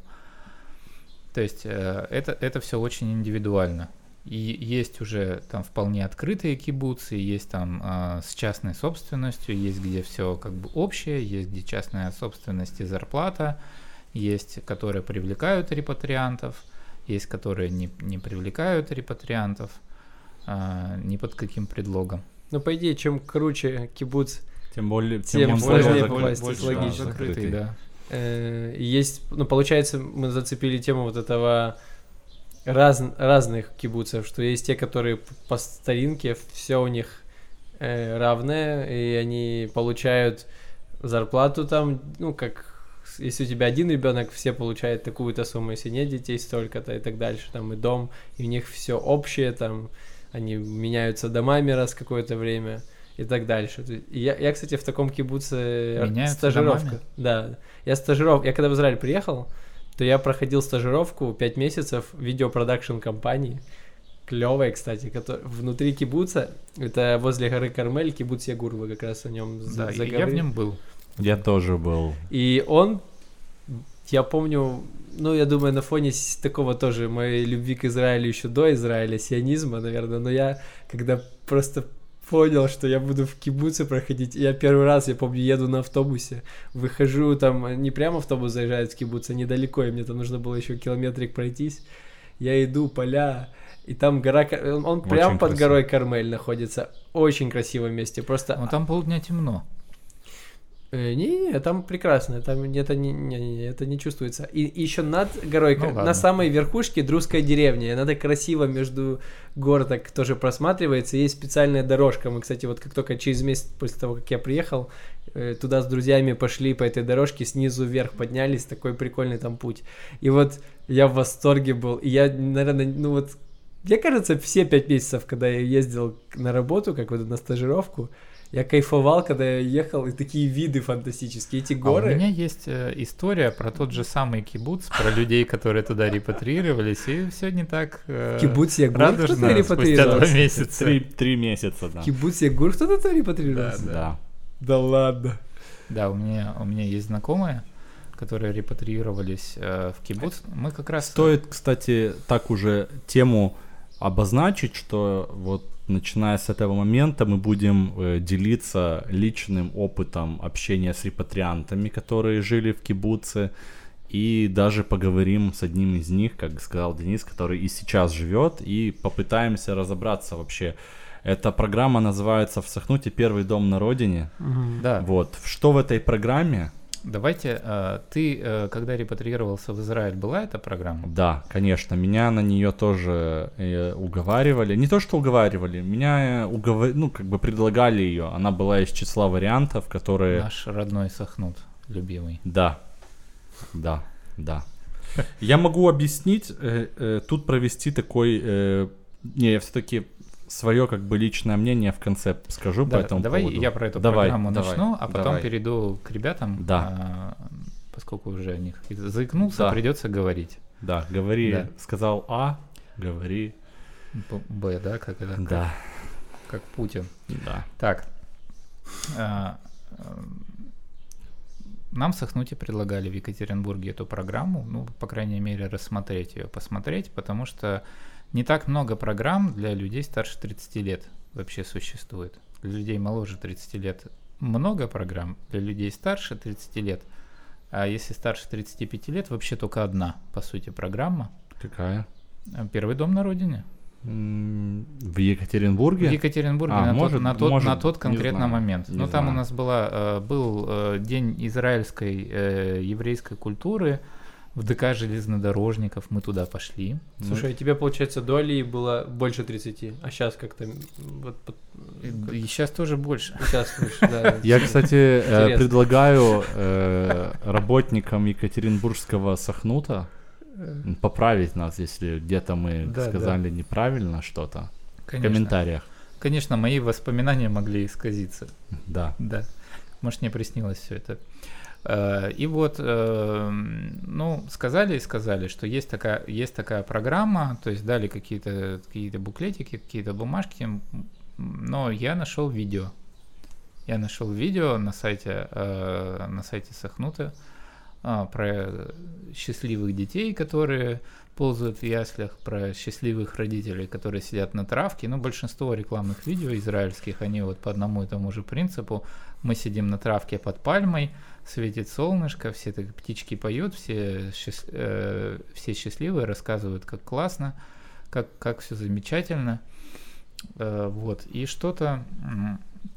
То есть э, это, это все очень индивидуально. И есть уже там вполне открытые кибуцы, есть там а, с частной собственностью, есть где все как бы общее, есть где частная собственность и зарплата, есть которые привлекают репатриантов, есть которые не, не привлекают репатриантов а, ни под каким предлогом. Но по идее, чем круче кибуц, Тем более, Тем он сложнее более попасть, закрыт- логично. да, закрытый, да. э, есть, ну, получается, мы зацепили тему вот этого раз, разных кибуцев, что есть те, которые по старинке, все у них э, равное, и они получают зарплату там, ну, как если у тебя один ребенок, все получают такую-то сумму, если нет детей, столько-то и так дальше, там и дом, и у них все общее, там они меняются домами раз в какое-то время и так дальше. То есть Я, я, кстати, в таком кибуце Меняются стажировка. домами? Да, я стажировка. Я когда в Израиль приехал, то я проходил стажировку пять месяцев в видеопродакшн компании. Клевая, кстати, которая внутри кибуца. Это возле горы Кармель, кибуц Ягур, вы как раз о нем Да, и я в нем был. Я тоже был. И он, я помню, ну, я думаю, на фоне с- такого тоже моей любви к Израилю еще до Израиля, сионизма, наверное, но я, когда просто понял, что я буду в кибуце проходить. И я первый раз, я помню, еду на автобусе, выхожу, там не прямо автобус заезжает в кибуц, а недалеко, и мне там нужно было еще километрик пройтись. Я иду, поля, и там гора, он, он прям под красиво. горой Кармель находится. Очень красивом месте, просто... Но там полдня темно. Не-не, там прекрасно, там это не, не, не, это не чувствуется. И, и еще над горой, Ну, на ладно. самой верхушке Друзская деревня, и она так красиво между гор так тоже просматривается, есть специальная дорожка. Мы, кстати, вот как только через месяц после того, как я приехал, э, туда с друзьями пошли по этой дорожке, снизу вверх поднялись, такой прикольный там путь. И вот я в восторге был, и я, наверное, ну вот, мне кажется, все пять месяцев, когда я ездил на работу, как вот на стажировку, я кайфовал, когда я ехал, и такие виды фантастические, эти горы. А у меня есть э, история про тот же самый кибуц, про людей, которые туда репатриировались, и все не так э, Кибуц Ягур радужно кто-то спустя два репатрировался? месяца. Три, три месяца, да. Кибуц Ягур кто-то репатрировался? Да, Да. Да ладно. Да, у меня, у меня есть знакомые, которые репатриировались э, в кибуц. Мы как раз... Стоит, кстати, так уже тему обозначить, что вот начиная с этого момента мы будем э, делиться личным опытом общения с репатриантами, которые жили в кибуце, и даже поговорим с одним из них, как сказал Денис, который и сейчас живет, и попытаемся разобраться вообще. Эта программа называется «В Сахнуте. Первый дом на родине». Да, Вот. Что в этой программе? давайте, э, ты, э, когда репатриировался в Израиль, была эта программа? Да, конечно, меня на нее тоже э, уговаривали. Не то, что уговаривали, меня угов... ну, как бы предлагали ее. Она была из числа вариантов, которые... Наш родной Сахнут, любимый. Да, да, да. Я могу объяснить, э, э, тут провести такой... Э, не, я все-таки свое как бы личное мнение в конце скажу Да, по этому давай поводу. я про эту Давай, программу давай, начну, а потом давай. перейду к ребятам. Да. а, поскольку уже о них заикнулся, Да. придется говорить. Да, говори, Да. сказал А, говори. Б, Б, да, как это? Да, Как, как Путин. да. Так. а, а, Нам в Сахнуте предлагали в Екатеринбурге эту программу, ну, по крайней мере, рассмотреть ее, посмотреть, потому что не так много программ для людей старше тридцати лет вообще существует. Для людей моложе тридцати лет много программ, для людей старше тридцати лет, а если старше тридцати пяти лет, вообще только одна, по сути, программа. Какая? Первый дом на родине. М, В Екатеринбурге? В Екатеринбурге А, на, может, тот, на, тот, может, на тот не конкретно знаю, момент. не Ну, там у знаю. нас была, э, был э, день израильской э, еврейской культуры в ДК железнодорожников. Мы туда пошли. Слушай, а тебе, получается, до Алии было больше тридцати, а сейчас как-то... Вот, под- И, и сейчас тоже больше. Сейчас выше, да. Я, кстати, э, Интересно. предлагаю э, работникам Екатеринбургского Сахнута поправить нас, если где-то мы Да, сказали неправильно что-то. В Конечно. комментариях. Конечно, мои воспоминания могли исказиться. Да. Да. Может, мне приснилось все это. Э, И вот, э, ну, сказали и сказали, что есть такая, есть такая программа, то есть дали какие-то какие-то буклетики, какие-то бумажки, м, но я нашел видео. Я нашел видео на сайте, э, на сайте Сахнута а, про счастливых детей, которые ползают в яслях, про счастливых родителей, которые сидят на травке. Ну, большинство рекламных видео израильских, они вот по одному и тому же принципу. Мы сидим на травке под пальмой, светит солнышко, все так птички поют, все, счаст- э, все счастливые, рассказывают, как классно, как, как все замечательно. Э, вот, и что-то... м,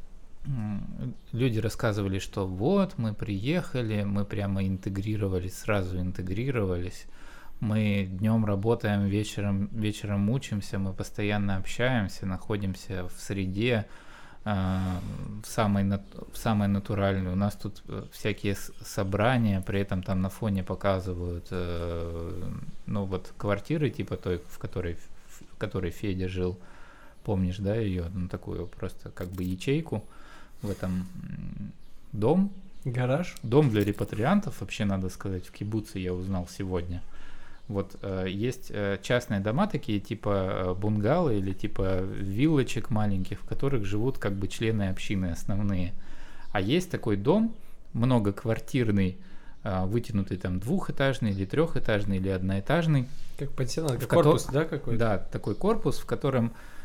м, люди рассказывали, что вот, мы приехали, мы прямо интегрировались, сразу интегрировались. Мы днем работаем, вечером, вечером учимся, мы постоянно общаемся, находимся в среде, э, в, самой, нат- в самой натуральной. У нас тут э, всякие с- собрания, при этом там на фоне показывают, э, ну вот квартиры типа той, в которой, в которой Федя жил. Помнишь, да, ее? Ну, такую просто как бы ячейку в этом м, дом. Гараж? Дом для репатриантов, вообще надо сказать, в кибуце я узнал сегодня. Вот э, есть э, частные дома такие, типа э, бунгало или типа виллочек маленьких, в которых живут как бы члены общины основные. А есть такой дом, многоквартирный, э, вытянутый там двухэтажный или трехэтажный или одноэтажный. Как пансионат, В как кото- корпус, да, какой-то? Да, такой корпус, в котором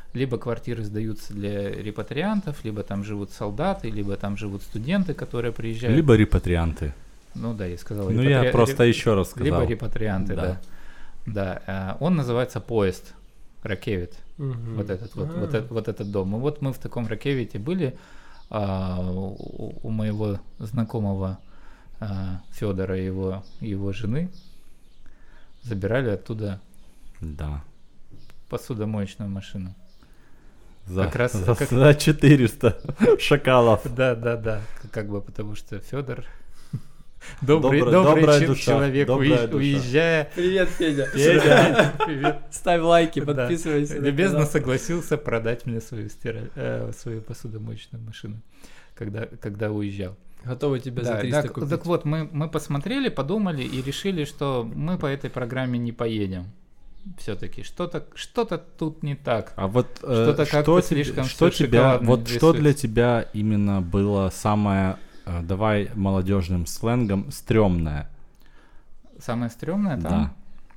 либо квартиры сдаются для репатриантов, либо там живут солдаты, либо там живут студенты, которые приезжают. Либо репатрианты. Ну да, я сказал. Ну репатри... я просто реп... еще раз сказал. Либо репатрианты, да. Да. Да, да. Он называется поезд, Ракевит, Мгм. вот этот вот, вот, А. этот, вот этот дом. И вот мы в таком Ракевите были, а, у, у моего знакомого а, Федора и его, его жены, забирали оттуда Да. посудомоечную машину. За, Как раз- за, как- за четыреста шакалов. Да, да, да, как бы потому что Федор добрый, Добрая- добрый добрая че- душа, человек, добрая уезж- душа. уезжая, Привет, Федя. Федя, привет. Ставь лайки, Да. подписывайся. на Любезно канал. согласился продать мне свою, стира- э, свою посудомоечную машину, когда, когда уезжал. Готовы тебя за Да, триста так, купить. так вот, мы, мы посмотрели, подумали и решили, что мы по этой программе не поедем. Все-таки что-то, что-то тут не так. А вот э, Что-то что, как-то тебе- слишком что всё тебя, шоколадно вот что рисуется. для тебя именно было самое, э, давай молодежным сленгом, стрёмное? Самое стрёмное Да. там,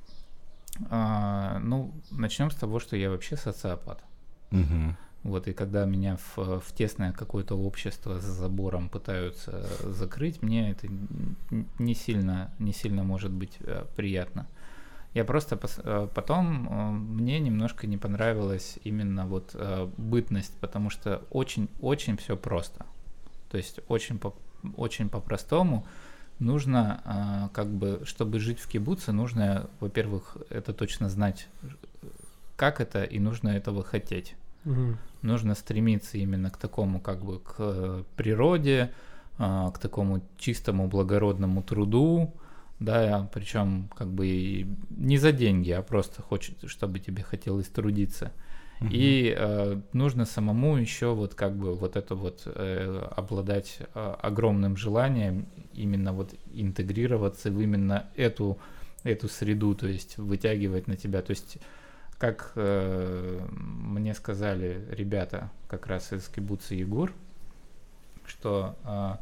а, ну, начнем с того, что я вообще социопат. Мгм. Вот, и когда меня в, в тесное какое-то общество с забором пытаются закрыть, мне это н- не сильно, не сильно может быть э, приятно. Я просто пос- э, потом э, мне немножко не понравилась именно вот э, бытность, потому что очень-очень все просто. То есть очень по, очень по-простому. Нужно, э, как бы, чтобы жить в кибуце, нужно, во-первых, это точно знать, как это, и нужно этого хотеть. Мгм. Нужно стремиться именно к такому, как бы, к э, природе, а, к такому чистому благородному труду, да, причем как бы и не за деньги, а просто хочет, чтобы тебе хотелось трудиться. Мгм. И э, нужно самому еще вот как бы вот это вот э, обладать э, огромным желанием именно вот интегрироваться в именно эту эту среду, то есть вытягивать на тебя, то есть как э, мне сказали ребята как раз из кибуца Егор, что э,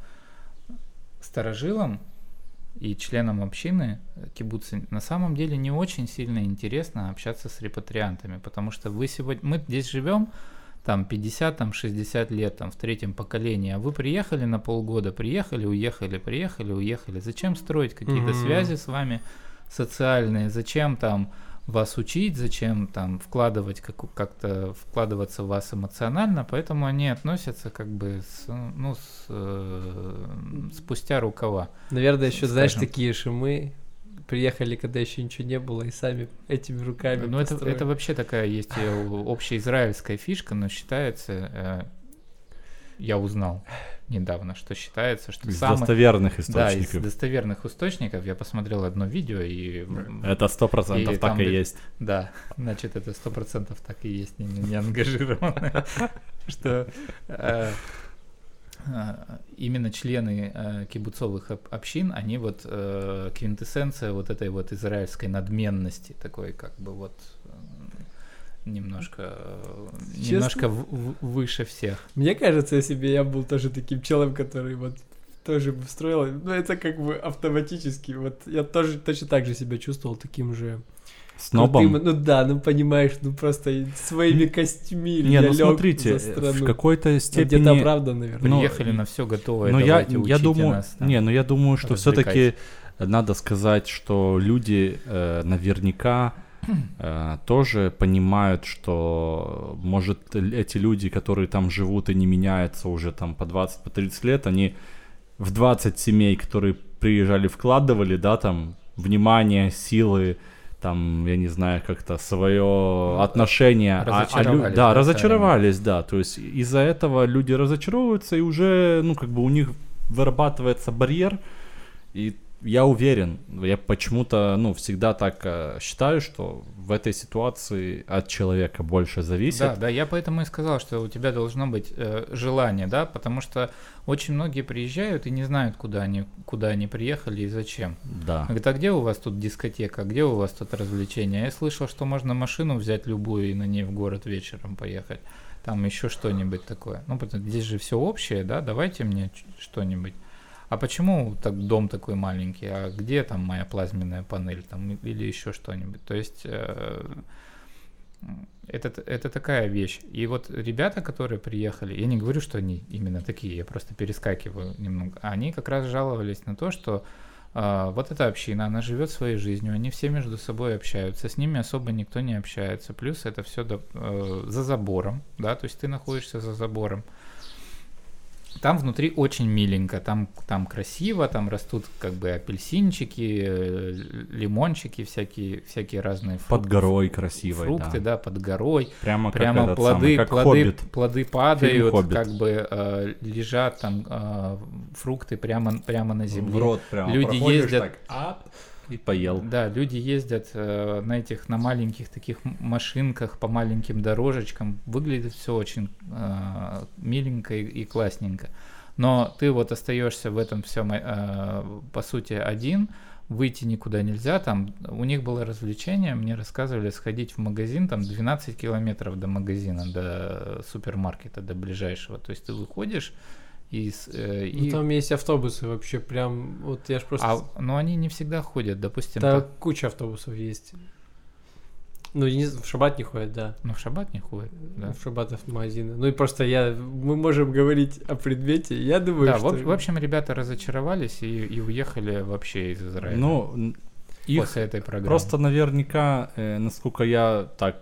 старожилам и членам общины кибуца на самом деле не очень сильно интересно общаться с репатриантами, потому что вы сегодня, мы здесь живем там пятьдесят, там шестьдесят лет, там в третьем поколении, а вы приехали на полгода, приехали, уехали, приехали, уехали. Зачем строить какие-то Мгм. связи с вами социальные? Зачем там вас учить, зачем там вкладывать как- как-то вкладываться в вас эмоционально, поэтому они относятся как бы с, ну с, э, спустя рукава. Наверное, еще, знаешь, Скажем. такие же мы приехали, когда еще ничего не было, и сами этими руками Ну это, построили. это вообще такая есть э, общеизраильская фишка, но считается, э, я узнал недавно, что считается, что Из самый достоверных да, из источников. достоверных источников я посмотрел одно видео и м, Это сто процентов И так там и где- есть. да, значит, это сто процентов так и есть, не, не ангажированно, что э, э, именно члены э, кибуцовых об- общин, они вот э, квинтэссенция вот этой вот израильской надменности, такой как бы вот э, немножко, э, Честно? немножко в- в- выше всех. Мне кажется, если бы я был тоже таким челом, который вот тоже бы строил, ну это как бы автоматически, вот я тоже точно так же себя чувствовал таким же Снобом. крутым, ну да, ну понимаешь, ну просто своими костями Не, я ну лёг смотрите, за в страну. какой-то Ну, степени... где-то правда, наверное. Ну, Приехали на все готовое, Но я, давайте я учите думаю, нас. там. не, ну я думаю, что развлекайте. все-таки надо сказать, что люди э, наверняка э, тоже понимают, что может эти люди, которые там живут и не меняются уже там по двадцать, по тридцать лет, они в двадцать семей, которые приезжали, вкладывали, да, там внимание, силы, там, я не знаю, как-то свое отношение. а- а лю- разочаровались, да, да, разочаровались, да. То есть из-за этого люди разочаровываются, и уже, ну, как бы у них вырабатывается барьер. И я уверен, я почему-то, ну, всегда так э, считаю, что в этой ситуации от человека больше зависит. Да, да, я поэтому и сказал, что у тебя должно быть э, желание, да, потому что очень многие приезжают и не знают, куда они, куда они приехали и зачем. Да. Говорит, а где у вас тут дискотека, где у вас тут развлечения? Я слышал, что можно машину взять любую и на ней в город вечером поехать. Там еще что-нибудь такое. Ну, потому здесь же все общее, да, давайте мне ч- что-нибудь. А почему так дом такой маленький? А где там моя плазменная панель там, и- или еще что-нибудь? То есть э, это, это такая вещь. И вот ребята, которые приехали, я не говорю, что они именно такие, я просто перескакиваю немного, они как раз жаловались на то, что а, вот эта община, она живет своей жизнью, они все между собой общаются, с ними особо никто не общается, плюс это все до, э, за забором, да, то есть ты находишься за забором. Там внутри очень миленько, там, там красиво, там растут как бы апельсинчики, лимончики, всякие, всякие разные фрукты. Под горой красивой, фрукты, да. да, под горой. Прямо, Прямо как плоды, самый, как плоды, Хоббит. плоды падают, Хоббит. как бы э, лежат там э, фрукты прямо, прямо на земле. В рот прямо Люди проходишь, ездят, так, ап, и поел. Да, люди ездят э, на этих, на маленьких таких машинках по маленьким дорожечкам. Выглядит все очень э, миленько и, и классненько. Но ты вот остаешься в этом всем, э, по сути, один, выйти никуда нельзя. Там у них было развлечение, мне рассказывали, сходить в магазин, там двенадцать километров до магазина, до супермаркета, до ближайшего. То есть ты выходишь и... Э, и... Ну, там есть автобусы вообще прям, вот я ж просто... А, но они не всегда ходят, допустим... Да, так... куча автобусов есть. Ну, не, в шаббат не ходят, да. Ну, в шаббат не ходят, да. В шаббат в магазины. Ну, и просто я... Мы можем говорить о предмете, я думаю, да, что... в, в общем, ребята разочаровались и, и уехали вообще из Израиля. Ну, их после этой программы. Просто наверняка, э, насколько я так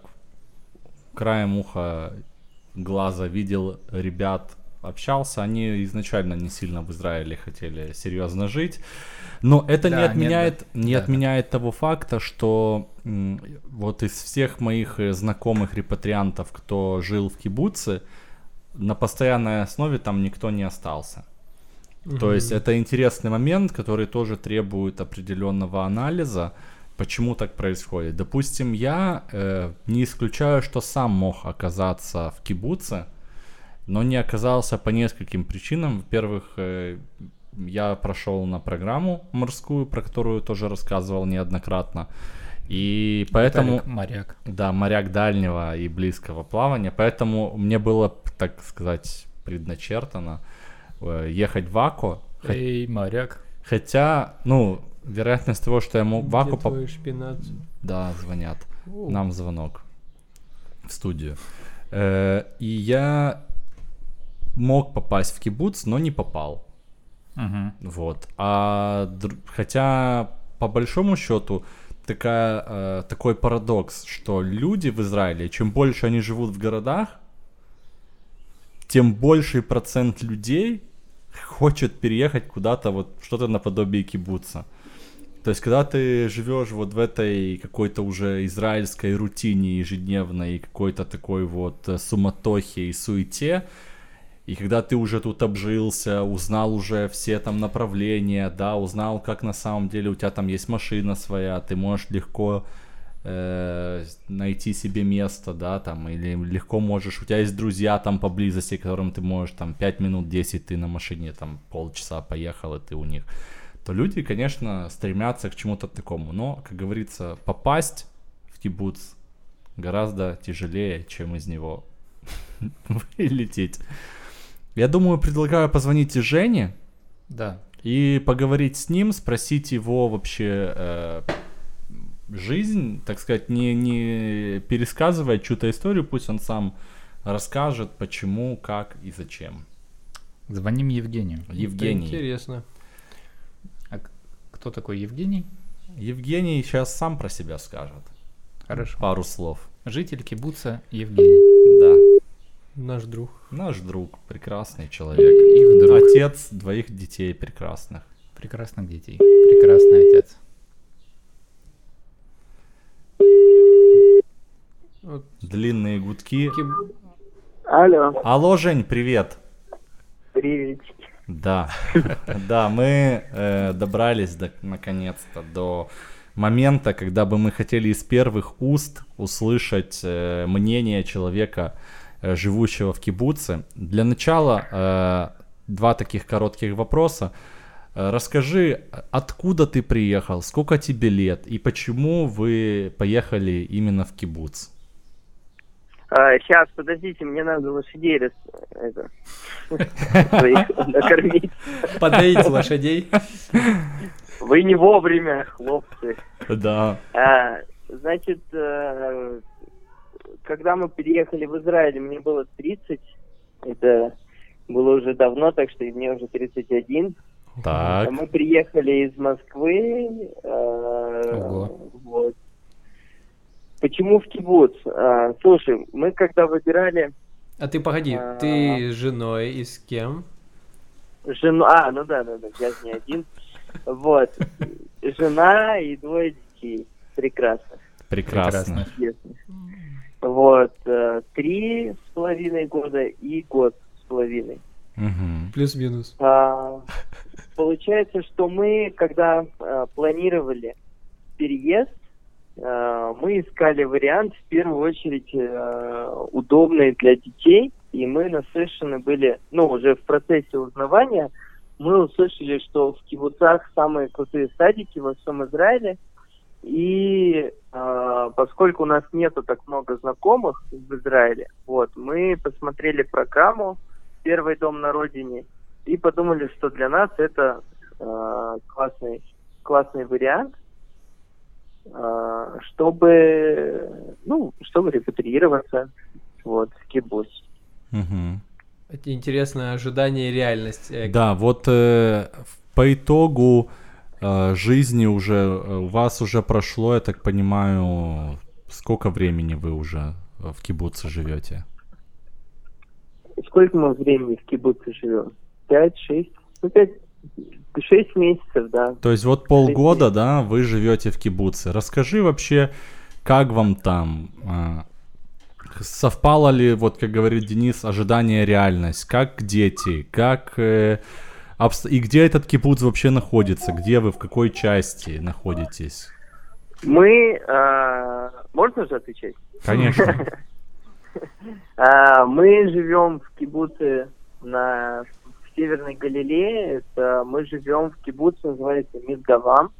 краем уха, глаза видел ребят, общался, они изначально не сильно в Израиле хотели серьезно жить. Но это да, не отменяет, нет, не да. отменяет того факта, что м, вот из всех моих знакомых репатриантов, кто жил в кибуце, на постоянной основе там никто не остался. Mm-hmm. То есть это интересный момент, который тоже требует определенного анализа, почему так происходит. Допустим, я э, не исключаю, что сам мог оказаться в кибуце, но не оказался по нескольким причинам. Во-первых, э, я прошел на программу морскую, про которую тоже рассказывал неоднократно. И поэтому... Виталик моряк. Да, моряк дальнего и близкого плавания. Поэтому мне было, так сказать, предначертано э, ехать в Аку. Эй, моряк. Хотя, ну, вероятность того, что я мог в Аку... Где твой шпинат? Да, звонят. О. Нам звонок в студию. Э, и я мог попасть в кибуц, но не попал. Uh-huh. Вот. А др... хотя по большому счету такая, э, такой парадокс, что люди в Израиле, чем больше они живут в городах, тем больший процент людей хочет переехать куда-то вот что-то наподобие кибуца. То есть когда ты живешь вот в этой какой-то уже израильской рутине ежедневной, какой-то такой вот суматохе и суете, и когда ты уже тут обжился, узнал уже все там направления, да, узнал, как на самом деле у тебя там есть машина своя, ты можешь легко э, найти себе место, да, там, или легко можешь, у тебя есть друзья там поблизости, которым ты можешь там пять минут, десять ты на машине, там полчаса поехал, и ты у них, то люди, конечно, стремятся к чему-то такому, но, как говорится, попасть в кибуц гораздо тяжелее, чем из него вылететь. Я думаю, предлагаю позвонить Жене, да, и поговорить с ним, спросить его вообще э, жизнь, так сказать, не, не пересказывая чью-то историю, пусть он сам расскажет, почему, как и зачем. Звоним Евгению. Евгений. Это интересно. А кто такой Евгений? Евгений сейчас сам про себя скажет. Хорошо. Пару слов. Житель кибуца Евгений. Да. Наш друг. Наш друг, прекрасный человек. Их друг. Отец двоих детей прекрасных. Прекрасных детей. Прекрасный отец. Вот. Длинные гудки. Киб... Алло, Алло, Жень, привет. приветики. Да, да, мы э, добрались до, наконец-то до момента, когда бы мы хотели из первых уст услышать э, мнение человека, э, живущего в кибуце. Для начала э, два таких коротких вопроса. Э, расскажи, откуда ты приехал, сколько тебе лет и почему вы поехали именно в кибуц? А, сейчас, подождите, мне надо лошадей рас... это... своих накормить. Подоить лошадей. Вы не вовремя, хлопцы. Да. А, значит, э, когда мы переехали в Израиль, мне было тридцать. Это было уже давно, так что и мне уже тридцать один. Так. Мы приехали из Москвы. Э, вот. Почему в кибуц? Э, слушай, мы когда выбирали... А ты погоди, А. ты с женой и с кем? Жену... А, ну да, да, да, я же не один. Вот. Жена и двое детей. Прекрасно. Прекрасно. Честно. Вот. э, Три с половиной года и год с половиной. Мгм. Плюс-минус. А, Получается, что мы, когда а, планировали переезд, а, мы искали вариант, в первую очередь, а, удобный для детей, и мы наслышаны были, ну, уже в процессе узнавания, мы услышали, что в кибуцах самые крутые садики во всем Израиле, и а, поскольку у нас нету так много знакомых в Израиле, вот, мы посмотрели программу «Первый дом на родине», и подумали, что для нас это э, классный, классный вариант, э, чтобы, ну, чтобы репатриироваться вот, в кибуц. Мгм. Это интересно, ожидание и реальность. Э, Да, вот э, по итогу э, жизни уже э, у вас уже прошло, я так понимаю, сколько времени вы уже в кибуце живете? Сколько мы времени в кибуце живем? Пять, шесть? Ну, пять, шесть месяцев, да. То есть вот полгода, да, вы живете в кибуце. Расскажи вообще, как вам там? а, Совпало ли, вот как говорит Денис, ожидание и реальность? Как дети? Как э, обс- и где этот кибуц вообще находится? Где вы, в какой части находитесь? Мы, э, можно же отвечать? Конечно. А, Мы живем в кибуце на в Северной Галилее. Это мы живем в кибуце, называется Мизгавам.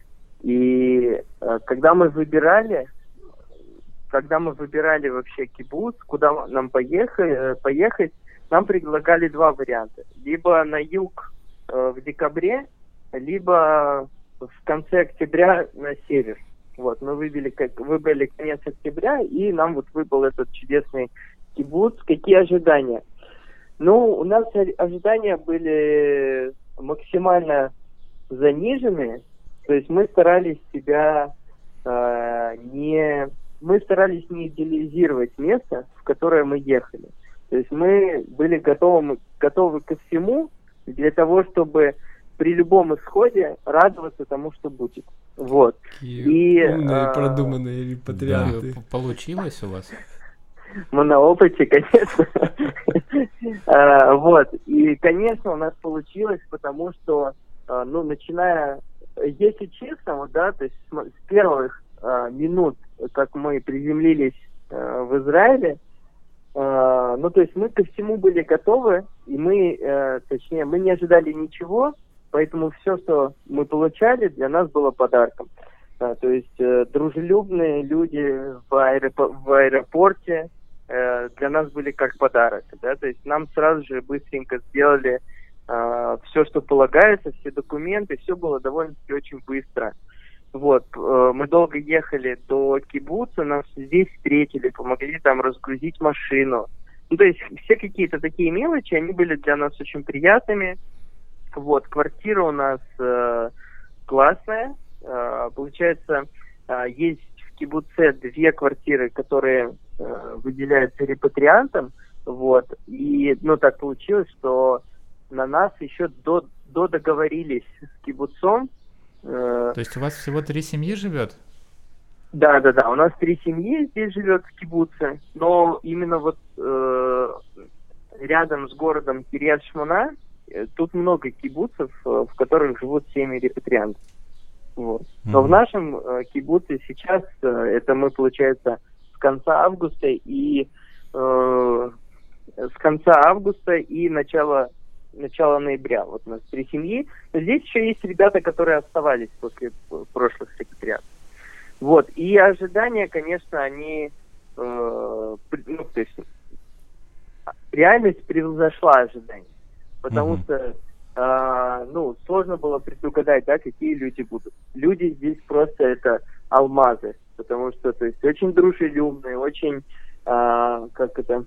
И э, когда мы выбирали, когда мы выбирали вообще кибуц, куда нам поехать, поехать, нам предлагали два варианта: либо на юг э, в декабре, либо в конце октября на север. Вот, мы выбрали, как, выбрали конец октября, и нам вот выпал этот чудесный кибуц. Какие ожидания? Ну, у нас ожидания были максимально заниженные, то есть мы старались себя э, не... Мы старались не идеализировать место, в которое мы ехали. То есть мы были готовы, готовы ко всему для того, чтобы при любом исходе радоваться тому, что будет. Вот. Такие И, умные, а, продуманные репатрианты. П- Получилось у вас? Мы на опыте, конечно. А, Вот. И, конечно, у нас получилось, потому что, а, ну, начиная, если честно, вот, да, то есть с с первых а, минут, как мы приземлились а, в Израиле, а, ну, то есть мы ко всему были готовы, и мы, а, точнее, мы не ожидали ничего, поэтому все, что мы получали, для нас было подарком. А, то есть э, дружелюбные люди в, аэропо- в аэропорте э, для нас были как подарок. Да? То есть нам сразу же быстренько сделали э, все, что полагается, все документы, все было довольно-таки очень быстро. Вот, э, мы долго ехали до кибуца, нас здесь встретили, помогли там разгрузить машину. Ну, то есть все какие-то такие мелочи, они были для нас очень приятными. Вот, квартира у нас э, классная. Э, получается, э, есть в кибуце две квартиры, которые э, выделяются репатриантам. Вот, и, ну, так получилось, что на нас еще до, до договорились с кибуцом. Э, То есть у вас всего три семьи живет? Да, да, да. У нас три семьи здесь живет в кибуце, но именно вот э, рядом с городом Кирьят-Шмона э, тут много кибуцев, э, в которых живут семьи репатриантов. Вот. Но Мгм. в нашем э, кибуце сейчас, э, это мы, получается, с конца августа и э, с конца августа и начала начала ноября. Вот у нас три семьи. Но здесь еще есть ребята, которые оставались после п- прошлых репатриантов. Вот. И ожидания, конечно, они э, при- ну, то есть реальность превзошла ожидания. Потому Мгм. что а, ну, сложно было предугадать, да, какие люди будут. Люди здесь просто это алмазы, потому что, то есть, очень дружелюбные, очень а, как это,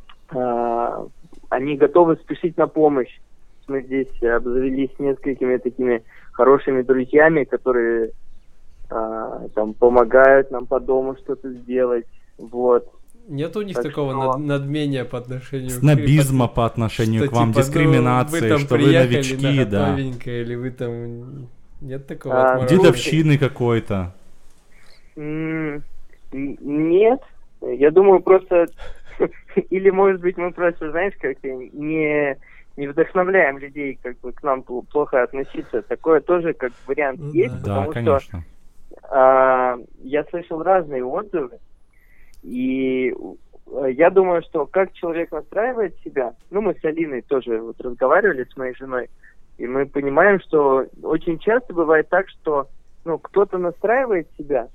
а, они готовы спешить на помощь. Мы здесь обзавелись несколькими такими хорошими друзьями, которые а, там помогают нам по дому что-то сделать, вот. Нет у них Так такого что- над- надмения по отношению Снобизма по отношению что, к вам, типа, ну, дискриминации, вы там что вы приехали новички, на да. готовенькое, или вы там... Нет такого А, отморозка? Дедовщины какой-то. М, н- Нет, я думаю, просто... Или, может быть, мы просто, знаешь, как-то не, не вдохновляем людей как бы к нам пл- плохо относиться. Такое тоже как вариант Ну есть, да. Да, потому конечно. что а, я слышал разные отзывы, и э, я думаю, что как человек настраивает себя, ну, мы с Алиной тоже вот разговаривали с моей женой, и мы понимаем, что очень часто бывает так, что ну, кто-то настраивает себя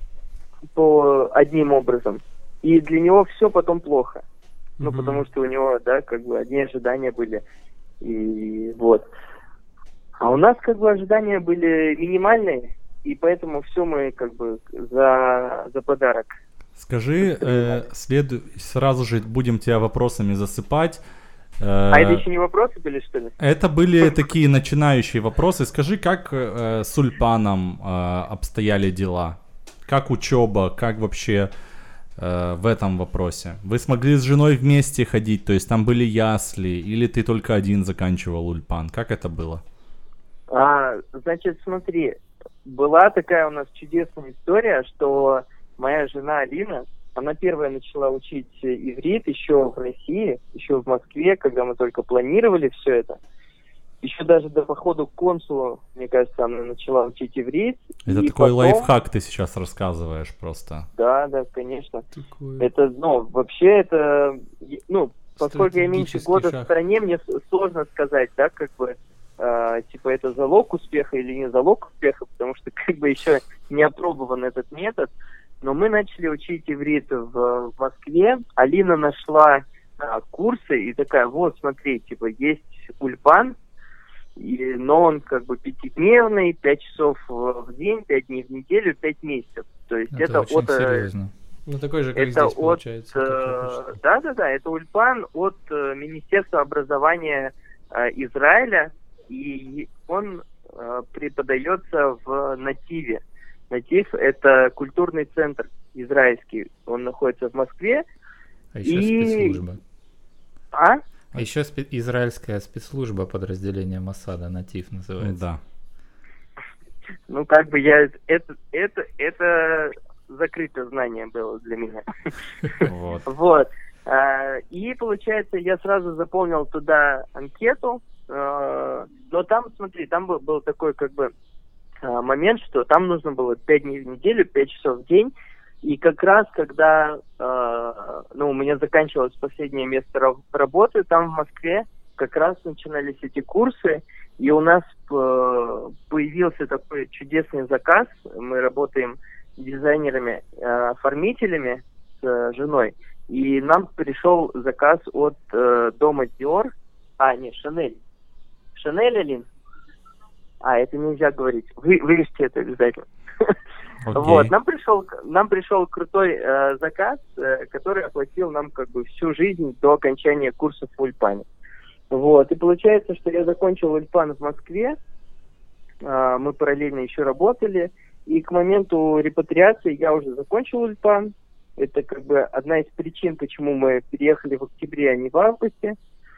по одним образом, и для него все потом плохо. Ну, Мгм. потому что у него, да, как бы одни ожидания были, и вот. А у нас как бы ожидания были минимальные, и поэтому все мы как бы за, за подарок. Скажи, э, следу... сразу же будем тебя вопросами засыпать. Э, А это еще не вопросы были, что ли? Это были такие начинающие вопросы. Скажи, как э, с Ульпаном э, обстояли дела? Как учеба? Как вообще э, в этом вопросе? Вы смогли с женой вместе ходить? То есть там были ясли? Или ты только один заканчивал Ульпан? Как это было? А, значит, смотри, была такая у нас чудесная история, что моя жена Алина, она первая начала учить иврит еще в России, еще в Москве, когда мы только планировали все это. Еще даже до похода к консулу, мне кажется, она начала учить иврит. Это И такой потом- лайфхак ты сейчас рассказываешь просто. Да, да, конечно. Такое. Это, ну, вообще это, ну, поскольку я меньше Стратегический года шаг. в стране, мне с- сложно сказать, да, как бы, э, типа, это залог успеха или не залог успеха, потому что, как бы, еще не опробован этот метод. Но мы начали учить иврит в, в Москве. Алина нашла а, курсы и такая, вот, смотри, типа, есть Ульпан, и, но он как бы пятидневный, пять часов в в день, пять дней в неделю, пять месяцев. То есть это, Это очень от... э, серьезно. Ну, такой же, как это здесь от, получается. как э, обычно. да-да-да, это Ульпан от э, Министерства образования э, Израиля, и он э, преподается в Нативе. Натив — это культурный центр израильский, он находится в Москве. А еще И- спецслужба. А? А еще спе- израильская спецслужба подразделения Моссада, Натив называется. Да. Ну, как бы я... Это, это, это закрытое знание было для меня. Вот. Вот. А, И, получается, я сразу заполнил туда анкету, а, но там, смотри, там был, был такой, как бы, а, момент, что там нужно было пять дней в неделю, пять часов в день, и как раз, когда, а, ну, у меня заканчивалось последнее место ра- работы там в Москве, как раз начинались эти курсы, и у нас э, появился такой чудесный заказ. Мы работаем дизайнерами, э, оформителями с э, женой, и нам пришел заказ от э, дома Dior, а, нет, Шанель. Шанель, Алин? А, это нельзя говорить. Вы, вырежьте это обязательно. Окей. Вот, нам пришел, нам пришел крутой э, заказ, э, который оплатил нам как бы всю жизнь до окончания курсов в Ульпане. Вот, и получается, что я закончил Ульпан в Москве, э, мы параллельно еще работали, и к моменту репатриации я уже закончил Ульпан. Это как бы одна из причин, почему мы переехали в октябре, а не в августе.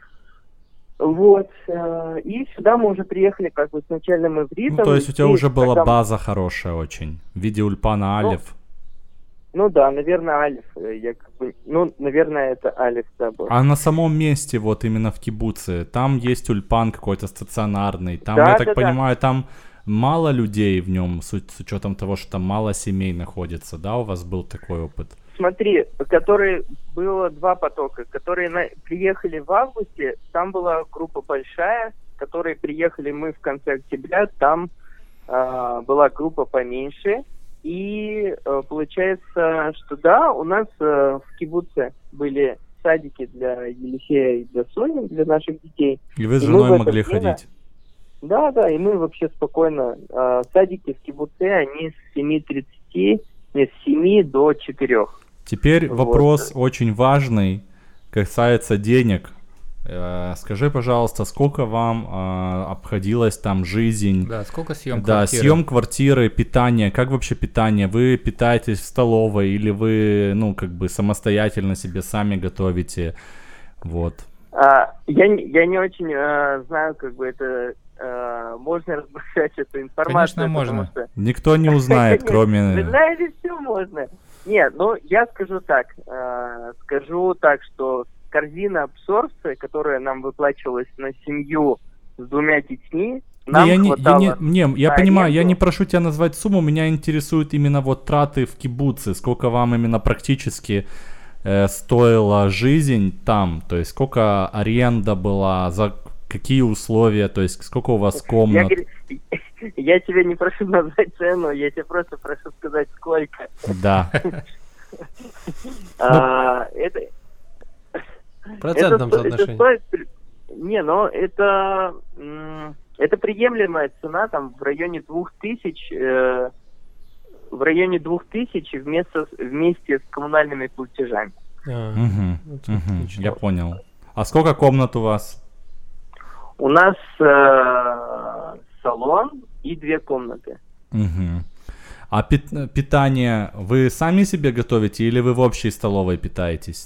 Вот, э, и сюда мы уже приехали как бы с начальным ивритом. Ну, то есть у тебя И уже была когда- база хорошая очень. В виде Ульпана Ну, Алиф. Ну да, наверное, Алиф. э, Я как бы, ну, наверное, это Алиф, да, был. А на самом месте, вот именно в кибуце, там есть Ульпан какой-то стационарный. Там, Да, я так да, да. понимаю, там мало людей в нем, с, с учетом того, что там мало семей находится. Да, у вас был такой опыт? Смотри, который было два потока, которые на- приехали в августе, там была группа большая, которые приехали мы в конце октября, там а, была группа поменьше, и а, получается, что да, у нас а, в кибуце были садики для Елисея и для Сони, для наших детей. И вы с И мы в женой это могли время- ходить? Да, да, и мы вообще спокойно, а, садики в кибуце, они с семи тридцати, нет, с семи до четырёх. Теперь Вот. вопрос очень важный, касается денег. Э, Скажи, пожалуйста, сколько вам э, обходилась там жизнь? Да, сколько съем Да, квартиры? съем квартиры, питание. Как вообще питание? Вы питаетесь в столовой или вы, ну, как бы самостоятельно себе сами готовите? Вот. А, я, не- я не очень э, знаю, как бы это э, можно разглашать эту информацию. Конечно, можно. потому что- Никто не узнает, Вы кроме... знаете, все можно. Нет, ну я скажу так, э, скажу так, что корзина абсорбции, которая нам выплачивалась на семью с двумя детьми, нам Не, я, не, я, хватало не, не, я на понимаю, я аренду. не прошу тебя назвать сумму, меня интересуют именно вот траты в кибуце, сколько вам именно практически э, стоила жизнь там, то есть сколько аренда была, за какие условия, то есть сколько у вас Я, комнат. говорю, я тебя не прошу назвать цену, я тебя просто прошу сказать, сколько. Да. А, это, В процентном это, сто- это соотношении. стоит... при- Не, но это, м, это приемлемая цена, там, в районе двух тысяч, э, в районе двух тысяч вместе, с- вместе с коммунальными платежами. А, Мгм, ну, это мгм, отлично. я понял. А сколько комнат у вас? У нас э, салон и две комнаты. Мгм. А пит- питание вы сами себе готовите или вы в общей столовой питаетесь?